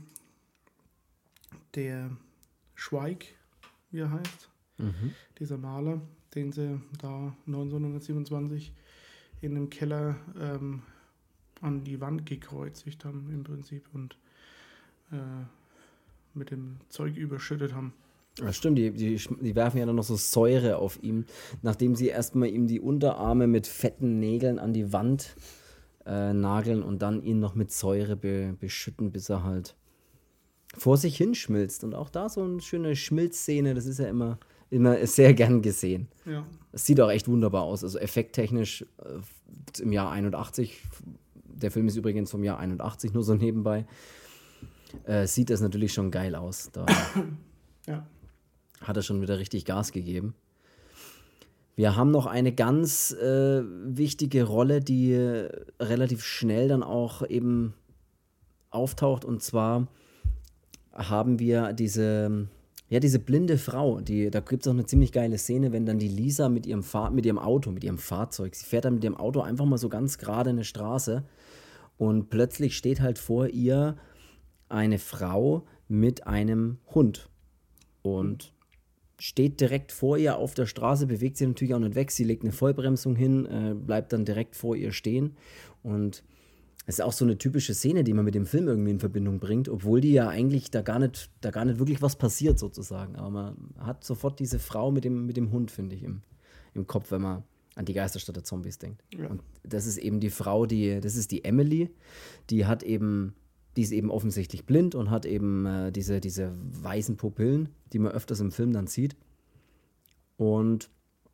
der Schweig, wie er heißt, Mhm. dieser Maler, den sie da neunzehnhundertsiebenundzwanzig in dem Keller ähm, an die Wand gekreuzigt haben im Prinzip und äh, mit dem Zeug überschüttet haben. Ja, stimmt, die, die, die werfen ja dann noch so Säure auf ihm, nachdem sie erstmal ihm die Unterarme mit fetten Nägeln an die Wand äh, nageln und dann ihn noch mit Säure be, beschütten, bis er halt vor sich hinschmilzt. Und auch da so eine schöne Schmilzszene, das ist ja immer, immer sehr gern gesehen. Ja, Es sieht auch echt wunderbar aus, also effekttechnisch äh, im Jahr einundachtzig, der Film ist übrigens vom Jahr einundachtzig, nur so nebenbei, äh, sieht das natürlich schon geil aus. Da ja. hat er schon wieder richtig Gas gegeben. Wir haben noch eine ganz äh, wichtige Rolle, die äh, relativ schnell dann auch eben auftaucht. Und zwar haben wir diese, ja, diese blinde Frau. Die, da gibt es auch eine ziemlich geile Szene, wenn dann die Lisa mit ihrem, Fahr mit ihrem Auto, mit ihrem Fahrzeug, sie fährt dann mit ihrem Auto einfach mal so ganz gerade eine Straße und plötzlich steht halt vor ihr eine Frau mit einem Hund. Und steht direkt vor ihr auf der Straße, bewegt sich natürlich auch nicht weg. Sie legt eine Vollbremsung hin, äh, bleibt dann direkt vor ihr stehen. Und Das ist auch so eine typische Szene, die man mit dem Film irgendwie in Verbindung bringt, obwohl die ja eigentlich da gar nicht, da gar nicht wirklich was passiert sozusagen. Aber man hat sofort diese Frau mit dem, mit dem Hund, finde ich, im, im Kopf, wenn man an die Geisterstadt der Zombies denkt. Ja. Und das ist eben die Frau, die, das ist die Emily, die hat eben, die ist eben offensichtlich blind und hat eben äh, diese, diese weißen Pupillen, die man öfters im Film dann sieht. Und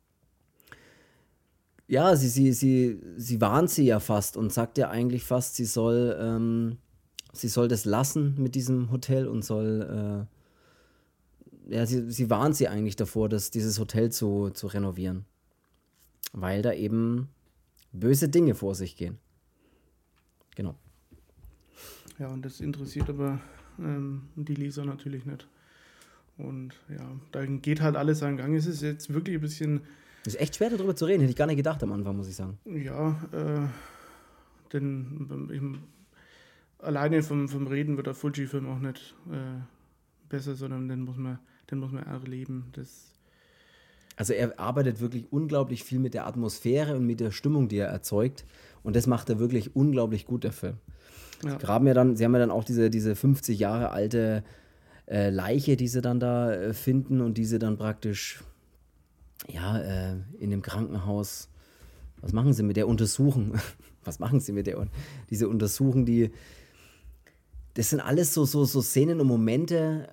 ja, sie, sie, sie, sie warnt sie ja fast und sagt ja eigentlich fast, sie soll, ähm, sie soll das lassen mit diesem Hotel und soll, äh, ja, sie, sie warnt sie eigentlich davor, dass dieses Hotel zu, zu renovieren. Weil da eben böse Dinge vor sich gehen. Genau. Ja, und das interessiert aber ähm, die Lisa natürlich nicht. Und ja, dann geht halt alles seinen Gang. Es ist jetzt wirklich ein bisschen... Es ist echt schwer darüber zu reden, hätte ich gar nicht gedacht am Anfang, muss ich sagen. Ja, äh, denn ich, alleine vom, vom Reden wird der Fulci-Film auch nicht äh, besser, sondern den muss man, den muss man erleben. Das Also er arbeitet wirklich unglaublich viel mit der Atmosphäre und mit der Stimmung, die er erzeugt. Und das macht er wirklich unglaublich gut, der Film. Ja. Graben ja dann, sie haben ja dann auch diese, diese fünfzig Jahre alte äh, Leiche, die sie dann da äh, finden und die sie dann praktisch ja, äh, in dem Krankenhaus, was machen sie mit der untersuchen? Was machen sie mit der? Diese untersuchen, die, das sind alles so, so, so Szenen und Momente,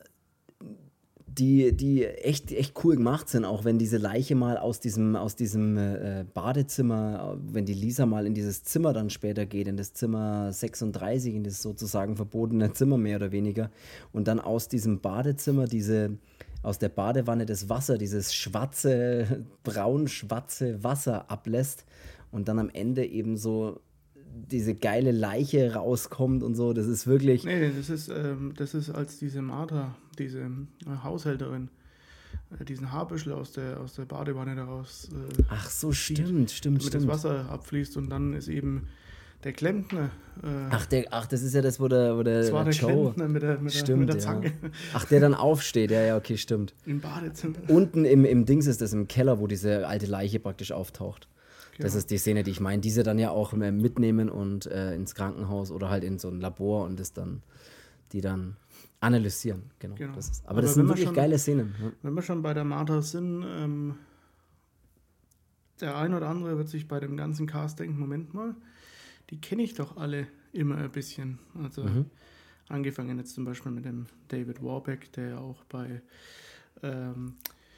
die, die echt, echt cool gemacht sind, auch wenn diese Leiche mal aus diesem, aus diesem äh, Badezimmer, wenn die Lisa mal in dieses Zimmer dann später geht, in das Zimmer sechsunddreißig, in das sozusagen verbotene Zimmer mehr oder weniger, und dann aus diesem Badezimmer diese, aus der Badewanne das Wasser, dieses schwarze, braun-schwarze Wasser ablässt und dann am Ende eben so diese geile Leiche rauskommt und so, das ist wirklich... Nee, das ist, ähm, das ist als diese Martha, diese äh, Haushälterin, äh, diesen Haarbüschel aus der, aus der Badewanne daraus äh, Ach so, zieht, stimmt, stimmt, damit stimmt. das Wasser abfließt und dann ist eben der Klempner. Äh, Ach, der, ach, das ist ja das, wo der, wo der, das war der der Joe... Klempner mit der, mit der, Stimmt, mit der ja. Zange Ach, der dann aufsteht, ja, ja, okay, stimmt. im Badezimmer. Unten im, im Dings ist das, im Keller, wo diese alte Leiche praktisch auftaucht. Das Ja. ist die Szene, die ich meine, diese dann ja auch äh, mitnehmen und äh, ins Krankenhaus oder halt in so ein Labor und das dann, die dann analysieren. Genau. Genau. Das ist, aber, Aber das wenn sind wir wirklich schon- geile Szenen. Ja. Wenn wir schon bei der Martha sind, ähm, der ein oder andere wird sich bei dem ganzen Cast denken, Moment mal, die kenne ich doch alle immer ein bisschen. Also Mhm. angefangen jetzt zum Beispiel mit dem David Warbeck, der ja auch bei ähm,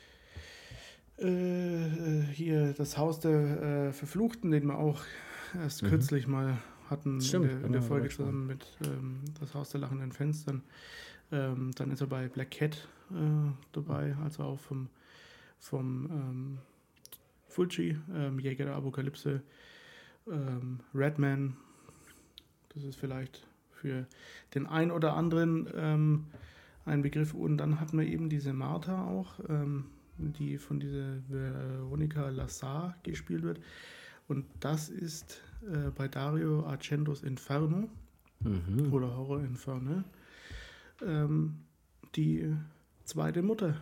äh, hier das Haus der äh, Verfluchten, den wir auch erst Mhm. kürzlich mal hatten Stimmt, in der, in genau, der da Folge war ich mal. zusammen mit ähm, das Haus der lachenden Fenstern. Ähm, dann ist er bei Black Cat äh, dabei, also auch vom, vom ähm, Fulci, ähm, Jäger der Apokalypse, ähm, Redman. Das ist vielleicht für den einen oder anderen ähm, ein Begriff. Und dann hatten wir eben diese Martha auch, ähm, die von dieser Veronica Lassar gespielt wird. Und das ist äh, bei Dario Argentos Inferno Mhm. oder Horror Inferno ähm, die zweite Mutter,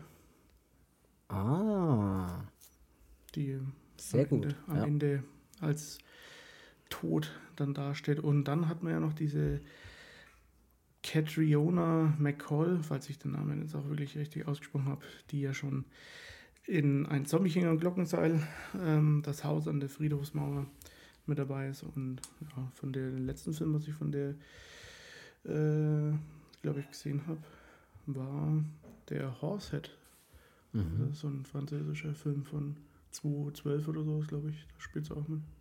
Ah, die sehr am, gut. Ende, am Ja. Ende als tot dann dasteht. Und dann hat man ja noch diese Catriona McCall, falls ich den Namen jetzt auch wirklich richtig ausgesprochen habe, die ja schon in Ein Zombiechen am Glockenseil, ähm, das Haus an der Friedhofsmauer mit dabei ist. Und ja, von dem letzten Film, was ich von der, äh, glaube ich, gesehen habe, war der Horsehead. Mhm. Das ist so ein französischer Film von zweitausendzwölf oder so, glaube ich. Da spielt sie auch mit.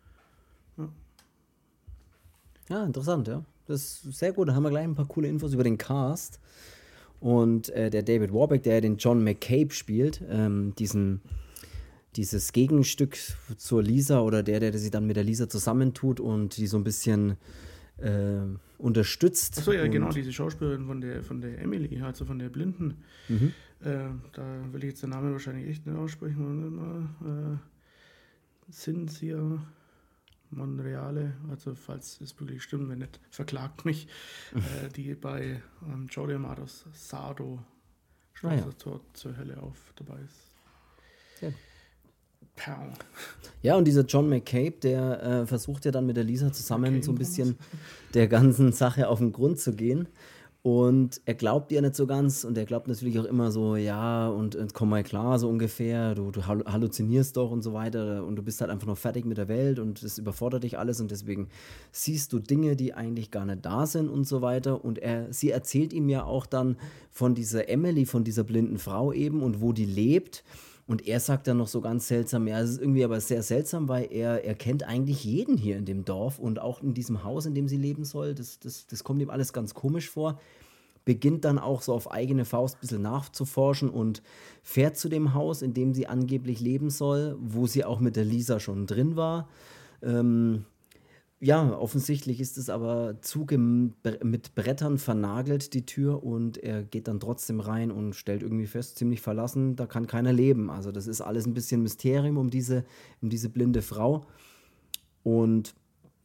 Ja, interessant, ja. Das ist sehr gut. Da haben wir gleich ein paar coole Infos über den Cast. Und äh, der David Warbeck, der den John McCabe spielt, ähm, diesen, dieses Gegenstück zur Lisa oder der, der sich dann mit der Lisa zusammentut und die so ein bisschen äh, unterstützt. Achso, ja, und, genau, diese Schauspielerin von der, von der Emily, also von der Blinden. Mhm. Äh, da will ich jetzt den Namen wahrscheinlich echt nicht aussprechen. Moment mal. Äh, Cynthia Monreale, also falls es wirklich stimmt, wenn nicht, verklagt mich, äh, die bei ähm, Jordi Amados Sardo Ah, ja. Schloss das Tor zur Hölle auf dabei ist. Sehr. Pow. Ja, und dieser John McCabe, der äh, versucht ja dann mit der Lisa zusammen Okay, so ein bisschen der ganzen Sache auf den Grund zu gehen. Und er glaubt ihr nicht so ganz und er glaubt natürlich auch immer so, ja, und, und komm mal klar, so ungefähr, du, du hallu- halluzinierst doch und so weiter und du bist halt einfach nur fertig mit der Welt und es überfordert dich alles und deswegen siehst du Dinge, die eigentlich gar nicht da sind und so weiter. Und er, sie erzählt ihm ja auch dann von dieser Emily, von dieser blinden Frau eben und wo die lebt. Und er sagt dann noch so ganz seltsam, ja, es ist irgendwie aber sehr seltsam, weil er, er kennt eigentlich jeden hier in dem Dorf und auch in diesem Haus, in dem sie leben soll. Das, das, das kommt ihm alles ganz komisch vor. Beginnt dann auch so auf eigene Faust ein bisschen nachzuforschen und fährt zu dem Haus, in dem sie angeblich leben soll, wo sie auch mit der Lisa schon drin war. Ähm, ja, offensichtlich ist es aber zugem mit Brettern vernagelt, die Tür, und er geht dann trotzdem rein und stellt irgendwie fest, ziemlich verlassen, da kann keiner leben. Also das ist alles ein bisschen Mysterium um diese, um diese blinde Frau. Und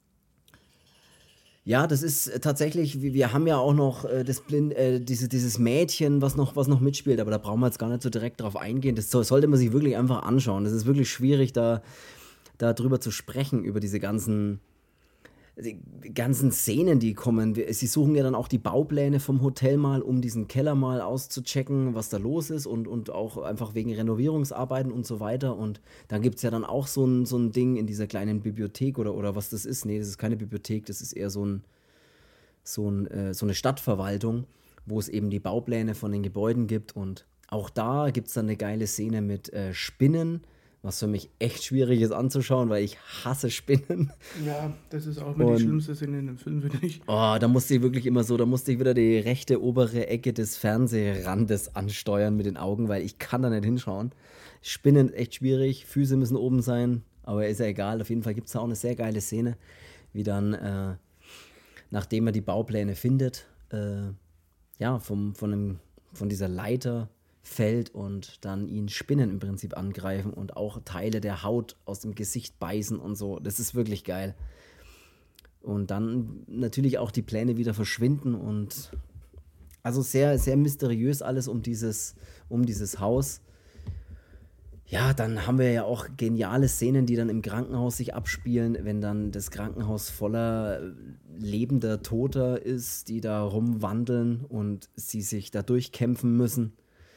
ja, das ist äh, tatsächlich, wir wir haben ja auch noch äh, das Blind, äh, diese, dieses Mädchen, was noch, was noch mitspielt, aber da brauchen wir jetzt gar nicht so direkt drauf eingehen. Das soll, sollte man sich wirklich einfach anschauen. Das ist wirklich schwierig, da, da drüber zu sprechen, über diese ganzen die ganzen Szenen, die kommen. Wir- Sie suchen ja dann auch die Baupläne vom Hotel mal, um diesen Keller mal auszuchecken, was da los ist und, und auch einfach wegen Renovierungsarbeiten und so weiter. Und dann gibt es ja dann auch so ein, so ein Ding in dieser kleinen Bibliothek oder, oder was das ist. Nee, das ist keine Bibliothek, das ist eher so, ein, so, ein, äh, so eine Stadtverwaltung, wo es eben die Baupläne von den Gebäuden gibt. Und auch da gibt es dann eine geile Szene mit äh, Spinnen, was für mich echt schwierig ist anzuschauen, weil ich hasse Spinnen. Ja, das ist auch mit die Und schlimmste Szene in dem Film, finde ich. oh, da musste ich wirklich immer so, da musste ich wieder die rechte obere Ecke des Fernsehrandes ansteuern mit den Augen, weil ich kann da nicht hinschauen. Spinnen echt schwierig, Füße müssen oben sein, aber ist ja egal. Auf jeden Fall gibt es da auch eine sehr geile Szene, wie dann, äh, nachdem er die Baupläne findet, äh, ja, vom, von, einem, von dieser Leiter fällt und dann ihn Spinnen im Prinzip angreifen und auch Teile der Haut aus dem Gesicht beißen und so. Das ist wirklich geil. Und dann natürlich auch die Pläne wieder verschwinden und also sehr, sehr mysteriös alles um dieses, um dieses Haus. Ja, dann haben wir ja auch geniale Szenen, die dann im Krankenhaus sich abspielen, wenn dann das Krankenhaus voller äh, lebender Toter ist, die da rumwandeln und sie sich da durchkämpfen müssen.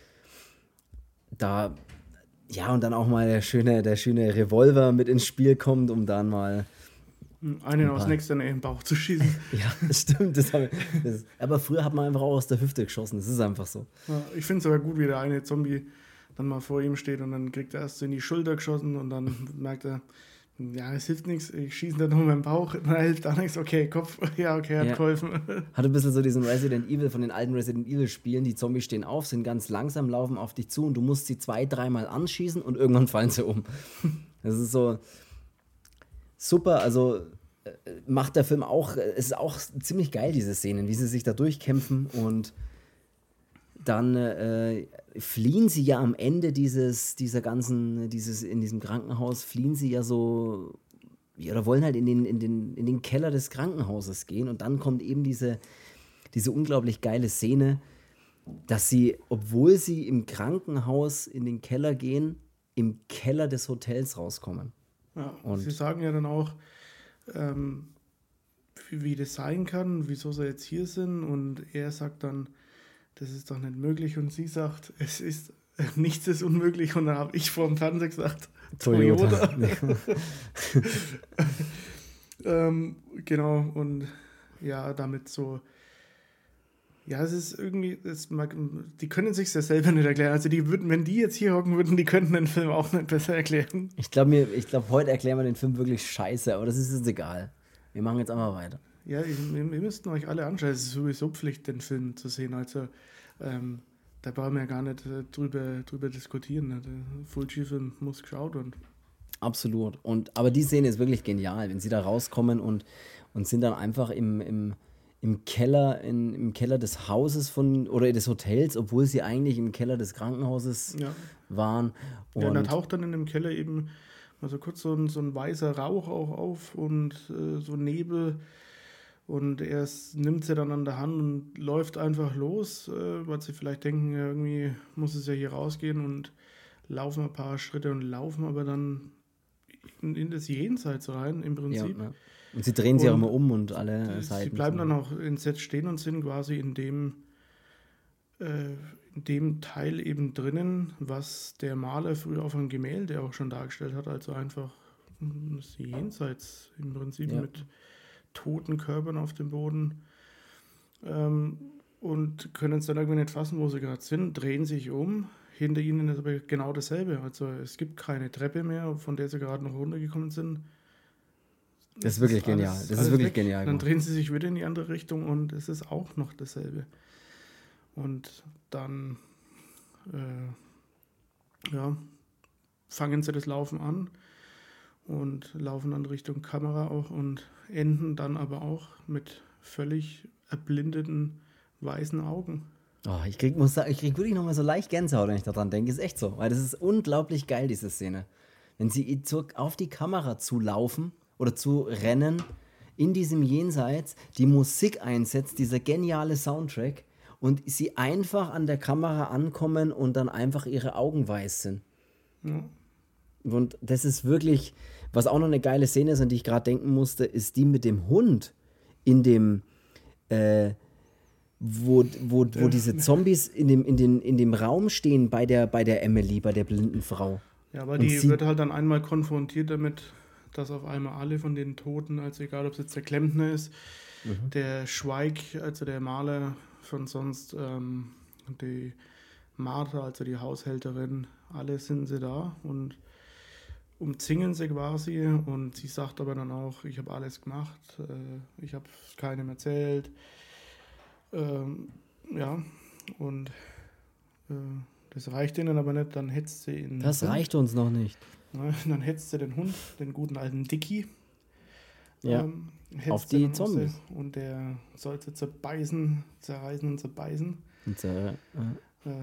Da, ja, und dann auch mal der schöne, der schöne Revolver mit ins Spiel kommt, um dann mal Einen ein aus paar. nächster in den Bauch zu schießen. Ja, das stimmt. Das hab ich, das, aber früher hat man einfach auch aus der Hüfte geschossen. Das ist einfach so. Ja, ich finde es aber gut, wie der eine Zombie dann mal vor ihm steht und dann kriegt er erst so in die Schulter geschossen und dann merkt er, ja, es hilft nichts, ich schieße dann nur meinen Bauch, dann hilft auch nichts, okay, Kopf, ja, okay, hat Ja. geholfen. Hat ein bisschen so diesen Resident Evil von den alten Resident Evil Spielen. Die Zombies stehen auf, sind ganz langsam, laufen auf dich zu und du musst sie zwei, dreimal anschießen und irgendwann fallen sie um. Das ist so super. Also äh, macht der Film auch, äh, es ist auch ziemlich geil, diese Szenen, wie sie sich da durchkämpfen und dann äh, fliehen sie ja am Ende dieses, dieser ganzen, dieses, in diesem Krankenhaus, fliehen sie ja so, ja, oder wollen halt in den, in, den, in den Keller des Krankenhauses gehen und dann kommt eben diese, diese unglaublich geile Szene, dass sie, obwohl sie im Krankenhaus in den Keller gehen, im Keller des Hotels rauskommen. Ja, Und- sie sagen ja dann auch, ähm, wie, wie das sein kann, wieso sie jetzt hier sind und er sagt dann, das ist doch nicht möglich und sie sagt, es ist, äh, nichts ist unmöglich und dann habe ich vor dem Fernseher gesagt, Toyota. Toyota. ähm, genau, und ja, damit so, ja, es ist irgendwie, es mag, die können sich ja selber nicht erklären. Also die würden, wenn die jetzt hier hocken würden, die könnten den Film auch nicht besser erklären. Ich glaube, mir- ich glaub, heute erklären wir den Film wirklich scheiße, aber das ist jetzt egal. Wir machen jetzt einfach weiter. Ja, ihr, ihr müsst euch alle anschauen. Es ist sowieso Pflicht, den Film zu sehen. Also ähm, da brauchen wir ja gar nicht äh, drüber, drüber diskutieren. Ne? Der Fulci-Film muss geschaut und Absolut. Und, aber die Szene ist wirklich genial, wenn sie da rauskommen und, und sind dann einfach im, im, im Keller, in, im Keller des Hauses von oder des Hotels, obwohl sie eigentlich im Keller des Krankenhauses ja. waren. Und Ja, und da taucht dann in dem Keller eben mal so kurz so ein, so ein weißer Rauch auch auf und äh, so Nebel. Und er s- nimmt sie dann an der Hand und läuft einfach los, äh, weil sie vielleicht denken, ja, irgendwie muss es ja hier rausgehen und laufen ein paar Schritte und laufen aber dann in, in das Jenseits rein, im Prinzip. Ja, ja. Und sie drehen sich auch Und immer um und alle die, Seiten. sie bleiben so. dann auch in Set stehen und sind quasi in dem, äh, in dem Teil eben drinnen, was der Maler früher auf einem Gemälde auch schon dargestellt hat, also einfach das Jenseits im Prinzip Ja. mit toten Körpern auf dem Boden. Ähm, und können es dann irgendwie nicht fassen, wo sie gerade sind, drehen sich um. Hinter ihnen ist aber genau dasselbe. Also es gibt keine Treppe mehr, von der sie gerade noch runtergekommen sind. Das ist Es wirklich alles- genial. Das ist alles wirklich weg. genial Dann gemacht. drehen sie sich wieder in die andere Richtung und es ist auch noch dasselbe. Und dann äh, ja, fangen sie das Laufen an und laufen dann Richtung Kamera auch und enden dann aber auch mit völlig erblindeten weißen Augen. Oh, ich krieg, muss sagen, ich krieg wirklich nochmal so leicht Gänsehaut, wenn ich daran denke. Ist echt so. Weil das ist unglaublich geil, diese Szene. Wenn sie zu, auf die Kamera zu laufen oder zu rennen, in diesem Jenseits, die Musik einsetzt, dieser geniale Soundtrack und sie einfach an der Kamera ankommen und dann einfach ihre Augen weiß sind. Ja. Und das ist wirklich, was auch noch eine geile Szene ist, an die ich gerade denken musste, ist die mit dem Hund in dem, äh, wo, wo, wo diese Zombies in dem, in, den, in dem Raum stehen bei der, bei der Emily, bei der blinden Frau. Ja, aber Und die sie- wird halt dann einmal konfrontiert damit, dass auf einmal alle von den Toten, also egal ob es jetzt der Klempner ist, Mhm. der Schweig, also der Maler von sonst, ähm, die Martha, also die Haushälterin, alle sind sie da und umzingeln sie quasi und sie sagt aber dann auch, ich habe alles gemacht, äh, ich habe es keinem erzählt. Ähm, ja, und äh, das reicht ihnen aber nicht, dann hetzt sie ihn. Das reicht uns noch nicht. Ne, dann hetzt sie den Hund, den guten alten Dicky. Ja. ähm, hetzt auf sie die dann aus Zombies. der- Und der soll sie zerbeißen, zerreißen und zerbeißen. Und, äh, äh, Äh,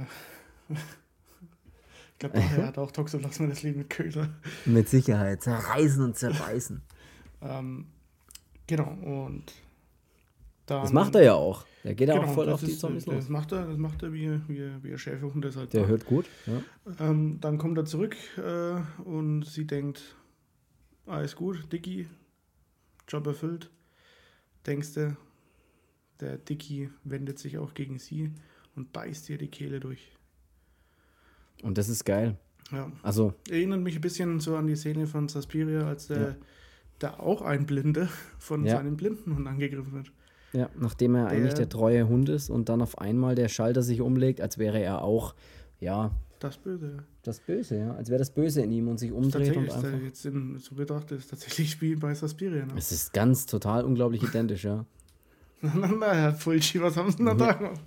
ich glaube, daher hat auch Toxoplasma das Leben mit Köder. mit Sicherheit. Zerreißen und zerbeißen. Ähm, genau, und dann... Das macht er ja auch. Der geht ja Genau, auch voll das auf die ist- Zombies das los. macht er, das macht er wie, wie, wie ein Schäferhund das halt Der macht. hört gut. Ja. Ähm, dann kommt er zurück äh, und sie denkt, alles gut, Dicky, Job erfüllt. Denkst du, der Dicky wendet sich auch gegen sie und beißt ihr die Kehle durch. Und das ist geil. Ja. Also, Erinnert mich ein bisschen so an die Szene von Suspiria, als der, Ja. der auch ein Blinde von Ja. seinem Blindenhund angegriffen wird. ja, nachdem er eigentlich der treue Hund ist und dann auf einmal der Schalter sich umlegt, als wäre er auch, ja, Das Böse. das Böse, ja. Als wäre das Böse in ihm und sich umdreht und Tatsächlich ist der einfach. jetzt in, so betrachtet, ist tatsächlich wie bei Suspiria. Ne? Es ist ganz total unglaublich identisch, ja. Na, Herr Fulci, was haben Sie denn da gemacht?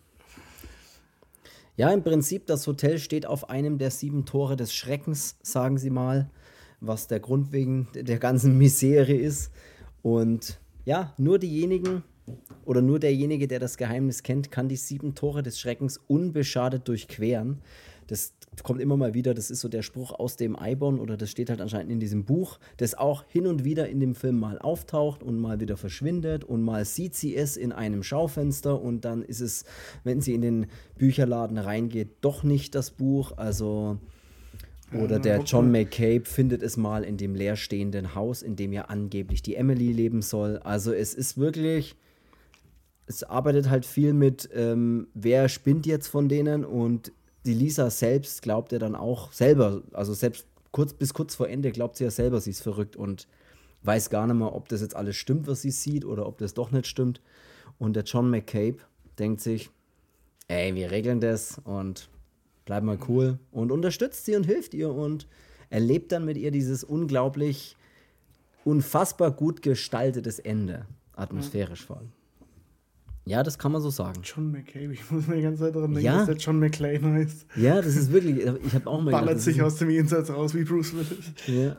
Ja, im Prinzip, das Hotel steht auf einem der sieben Tore des Schreckens, sagen sie mal, was der Grund wegen der ganzen Misere ist. Und ja, nur diejenigen oder nur derjenige, der das Geheimnis kennt, kann die sieben Tore des Schreckens unbeschadet durchqueren. Das kommt immer mal wieder, das ist so der Spruch aus dem Eibon oder das steht halt anscheinend in diesem Buch, das auch hin und wieder in dem Film mal auftaucht und mal wieder verschwindet und mal sieht sie es in einem Schaufenster und dann ist es, wenn sie in den Bücherladen reingeht, doch nicht das Buch. Also oder Ja, der guck John mal. McCabe findet es mal in dem leerstehenden Haus, in dem ja angeblich die Emily leben soll. Also es ist wirklich, es arbeitet halt viel mit, ähm, wer spinnt jetzt von denen und die Lisa selbst glaubt ja dann auch selber, also selbst kurz bis kurz vor Ende glaubt sie ja selber, sie ist verrückt und weiß gar nicht mehr, ob das jetzt alles stimmt, was sie sieht oder ob das doch nicht stimmt. Und der John McCabe denkt sich, ey, wir regeln das und bleiben mal cool und unterstützt sie und hilft ihr und erlebt dann mit ihr dieses unglaublich, unfassbar gut gestaltetes Ende, atmosphärisch vor allem. Ja, das kann man so sagen. John McCabe, ich muss mir die ganze Zeit daran denken, Ja. dass der John McClane heißt. Ja, das ist wirklich, ich habe auch mal gedacht, Ballert das sich ist- aus dem Jenseits raus wie Bruce Willis. Ja.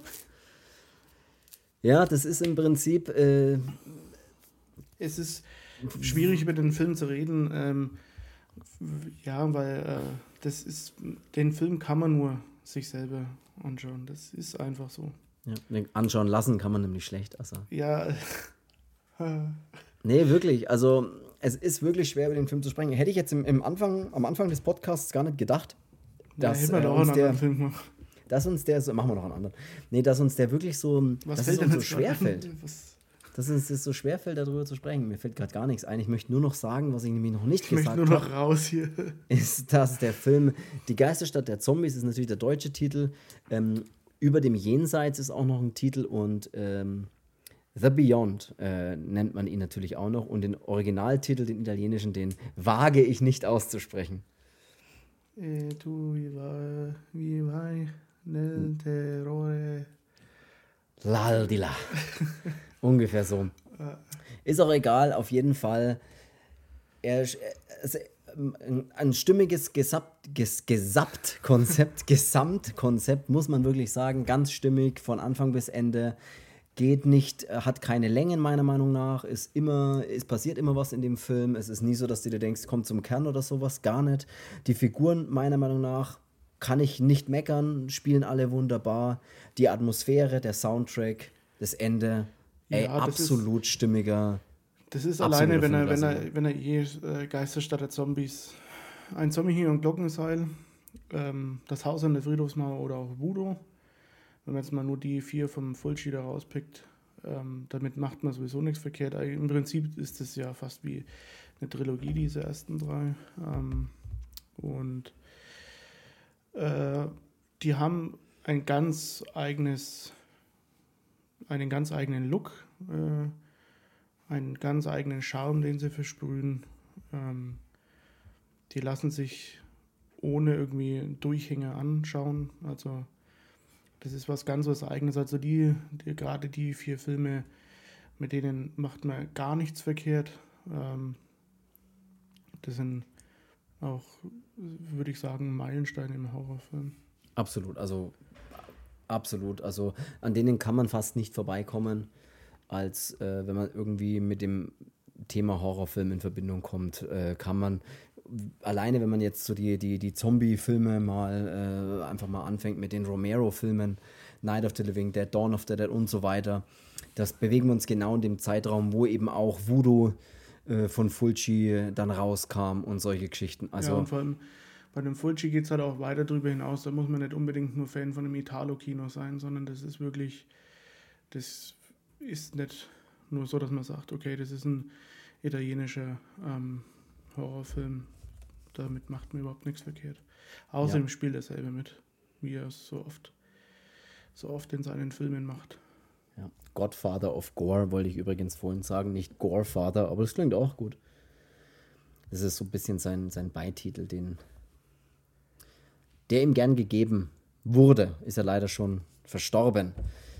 Ja, das ist im Prinzip, äh, Es ist schwierig, über den Film zu reden. Ähm, ja, weil äh, das ist, den Film kann man nur sich selber anschauen. Das ist einfach so. ja, den anschauen lassen kann man nämlich schlecht. Also. Ja, Nee, wirklich, also es ist wirklich schwer, über den Film zu sprechen. Hätte ich jetzt im, im Anfang, am Anfang des Podcasts gar nicht gedacht. dass, ja, äh, doch uns einen der, Film gemacht. dass uns der so, machen wir noch einen anderen. Nee, dass uns der wirklich so, Was dass fällt es uns denn so jetzt schwer ein? fällt. Was? Dass uns das so schwer fällt, darüber zu sprechen. Mir fällt gerade gar nichts ein. Ich möchte nur noch sagen, was ich nämlich noch nicht Ich gesagt möchte nur habe. noch raus hier. Ist, dass der Film Die Geisterstadt der Zombies ist natürlich der deutsche Titel. Ähm, Über dem Jenseits ist auch noch ein Titel und ähm, The Beyond äh, nennt man ihn natürlich auch noch. Und den Originaltitel, den italienischen, den wage ich nicht auszusprechen. E tu viva, vivai nel terrore. Laldila. Ungefähr so. Ist auch egal, auf jeden Fall. Er, also, ein stimmiges Gesamt, ges, Gesamt-Konzept, Gesamtkonzept, muss man wirklich sagen. Ganz stimmig, von Anfang bis Ende. Geht nicht, hat keine Längen meiner Meinung nach. Ist immer, es passiert immer was in dem Film. Es ist nie so, dass du dir denkst, kommt zum Kern oder sowas. Gar nicht. Die Figuren, meiner Meinung nach, kann ich nicht meckern, spielen alle wunderbar. Die Atmosphäre, der Soundtrack, das Ende, ey, Ja, das absolut ist, stimmiger. Das ist absoluter alleine, wenn er, wenn Filmklassiker. er, wenn er eh äh, Geisterstadt der Zombies, ein Zombie hier und Glockenseil, ähm, das Haus an der Friedhofsmauer oder auch Voodoo, wenn man jetzt mal nur die vier vom Fulci da rauspickt, ähm, damit macht man sowieso nichts verkehrt. Eigentlich Im Prinzip ist das ja fast wie eine Trilogie, diese ersten drei. Ähm, und äh, die haben ein ganz eigenes, einen ganz eigenen Look, äh, einen ganz eigenen Charme, den sie versprühen. Ähm, die lassen sich ohne irgendwie Durchhänger anschauen. Also das ist was ganz was Eigenes. Also die, die gerade die vier Filme, mit denen macht man gar nichts verkehrt. Ähm, das sind auch, würde ich sagen, Meilensteine im Horrorfilm. Absolut, also absolut. Also an denen kann man fast nicht vorbeikommen, als äh, wenn man irgendwie mit dem Thema Horrorfilm in Verbindung kommt, äh, kann man alleine, wenn man jetzt so die, die, die Zombie-Filme mal äh, einfach mal anfängt mit den Romero-Filmen, Night of the Living Dead, Dawn of the Dead und so weiter, das bewegen wir uns genau in dem Zeitraum, wo eben auch Voodoo äh, von Fulci dann rauskam und solche Geschichten. Also, ja, und vor allem bei dem Fulci geht es halt auch weiter darüber hinaus. Da muss man nicht unbedingt nur Fan von einem Italo-Kino sein, sondern das ist wirklich, das ist nicht nur so, dass man sagt, okay, das ist ein italienischer ähm, Horrorfilm. Damit macht man überhaupt nichts verkehrt. Außerdem Ja. spielt er selber mit, wie er es so oft, so oft in seinen Filmen macht. ja. Godfather of Gore wollte ich übrigens vorhin sagen, nicht Gorefather, aber das klingt auch gut. Das ist so ein bisschen sein, sein Beititel, den der ihm gern gegeben wurde, ist er leider schon verstorben.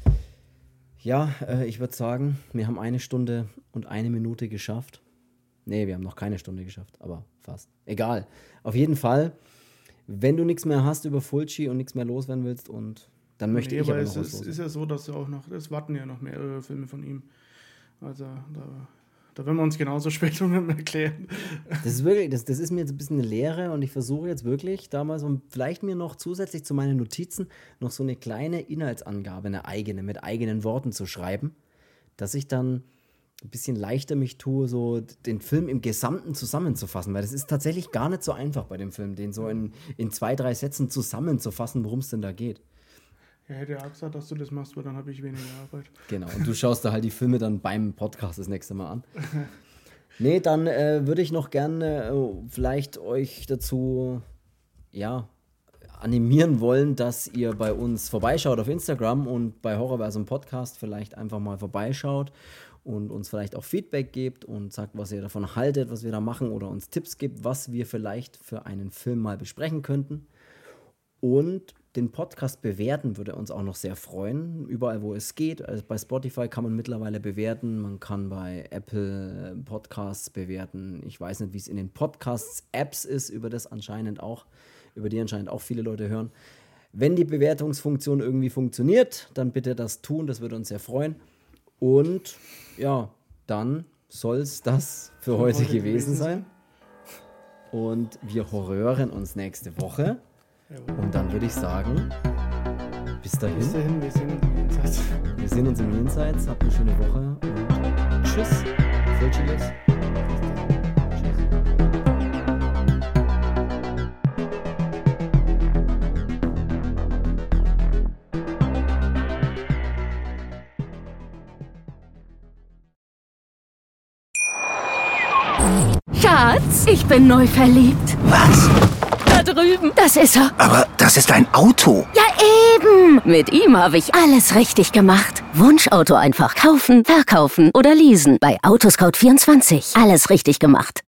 Ja, äh, ich würde sagen, wir haben eine Stunde und eine Minute geschafft. Nee, wir haben noch keine Stunde geschafft, aber fast. Egal. Auf jeden Fall, wenn du nichts mehr hast über Fulci und nichts mehr loswerden willst, und dann möchte Nee, ich aber aber es noch was ist, loswerden. ist ja so, dass ja auch noch, es warten ja noch mehrere Filme von ihm. Also da, da werden wir uns genauso später erklären. Das ist wirklich, das, das ist mir jetzt ein bisschen eine Lehre und ich versuche jetzt wirklich damals, um vielleicht mir noch zusätzlich zu meinen Notizen noch so eine kleine Inhaltsangabe, eine eigene, mit eigenen Worten zu schreiben, dass ich dann ein bisschen leichter mich tue, so den Film im Gesamten zusammenzufassen, weil das ist tatsächlich gar nicht so einfach bei dem Film, den so in, in zwei, drei Sätzen zusammenzufassen, worum es denn da geht. Ja, hätte er auch gesagt, dass du das machst, weil dann habe ich weniger Arbeit. Genau, und du schaust da halt die Filme dann beim Podcast das nächste Mal an. Nee, dann äh, würde ich noch gerne äh, vielleicht euch dazu, ja, animieren wollen, dass ihr bei uns vorbeischaut auf Instagram und bei Horrorversum Podcast vielleicht einfach mal vorbeischaut und uns vielleicht auch Feedback gebt und sagt, was ihr davon haltet, was wir da machen, oder uns Tipps gibt, was wir vielleicht für einen Film mal besprechen könnten. Und den Podcast bewerten würde uns auch noch sehr freuen, überall wo es geht. Also bei Spotify kann man mittlerweile bewerten, man kann bei Apple Podcasts bewerten. Ich weiß nicht, wie es in den Podcasts-Apps ist, über das anscheinend auch, über die anscheinend auch viele Leute hören. Wenn die Bewertungsfunktion irgendwie funktioniert, dann bitte das tun, das würde uns sehr freuen. Und ja, dann soll es das für heute, heute gewesen sein. Und wir horrören uns nächste Woche. Jawohl. Und dann würde ich sagen, bis dahin. Bis dahin, wir sehen uns im Jenseits. Wir sehen uns im Jenseits. Habt eine schöne Woche und tschüss. Fulci. Tschüss. Ich bin neu verliebt. Was? Da drüben. Das ist er. Aber das ist ein Auto. Ja, eben. Mit ihm habe ich alles richtig gemacht. Wunschauto einfach kaufen, verkaufen oder leasen. Bei Autoscout vierundzwanzig. Alles richtig gemacht.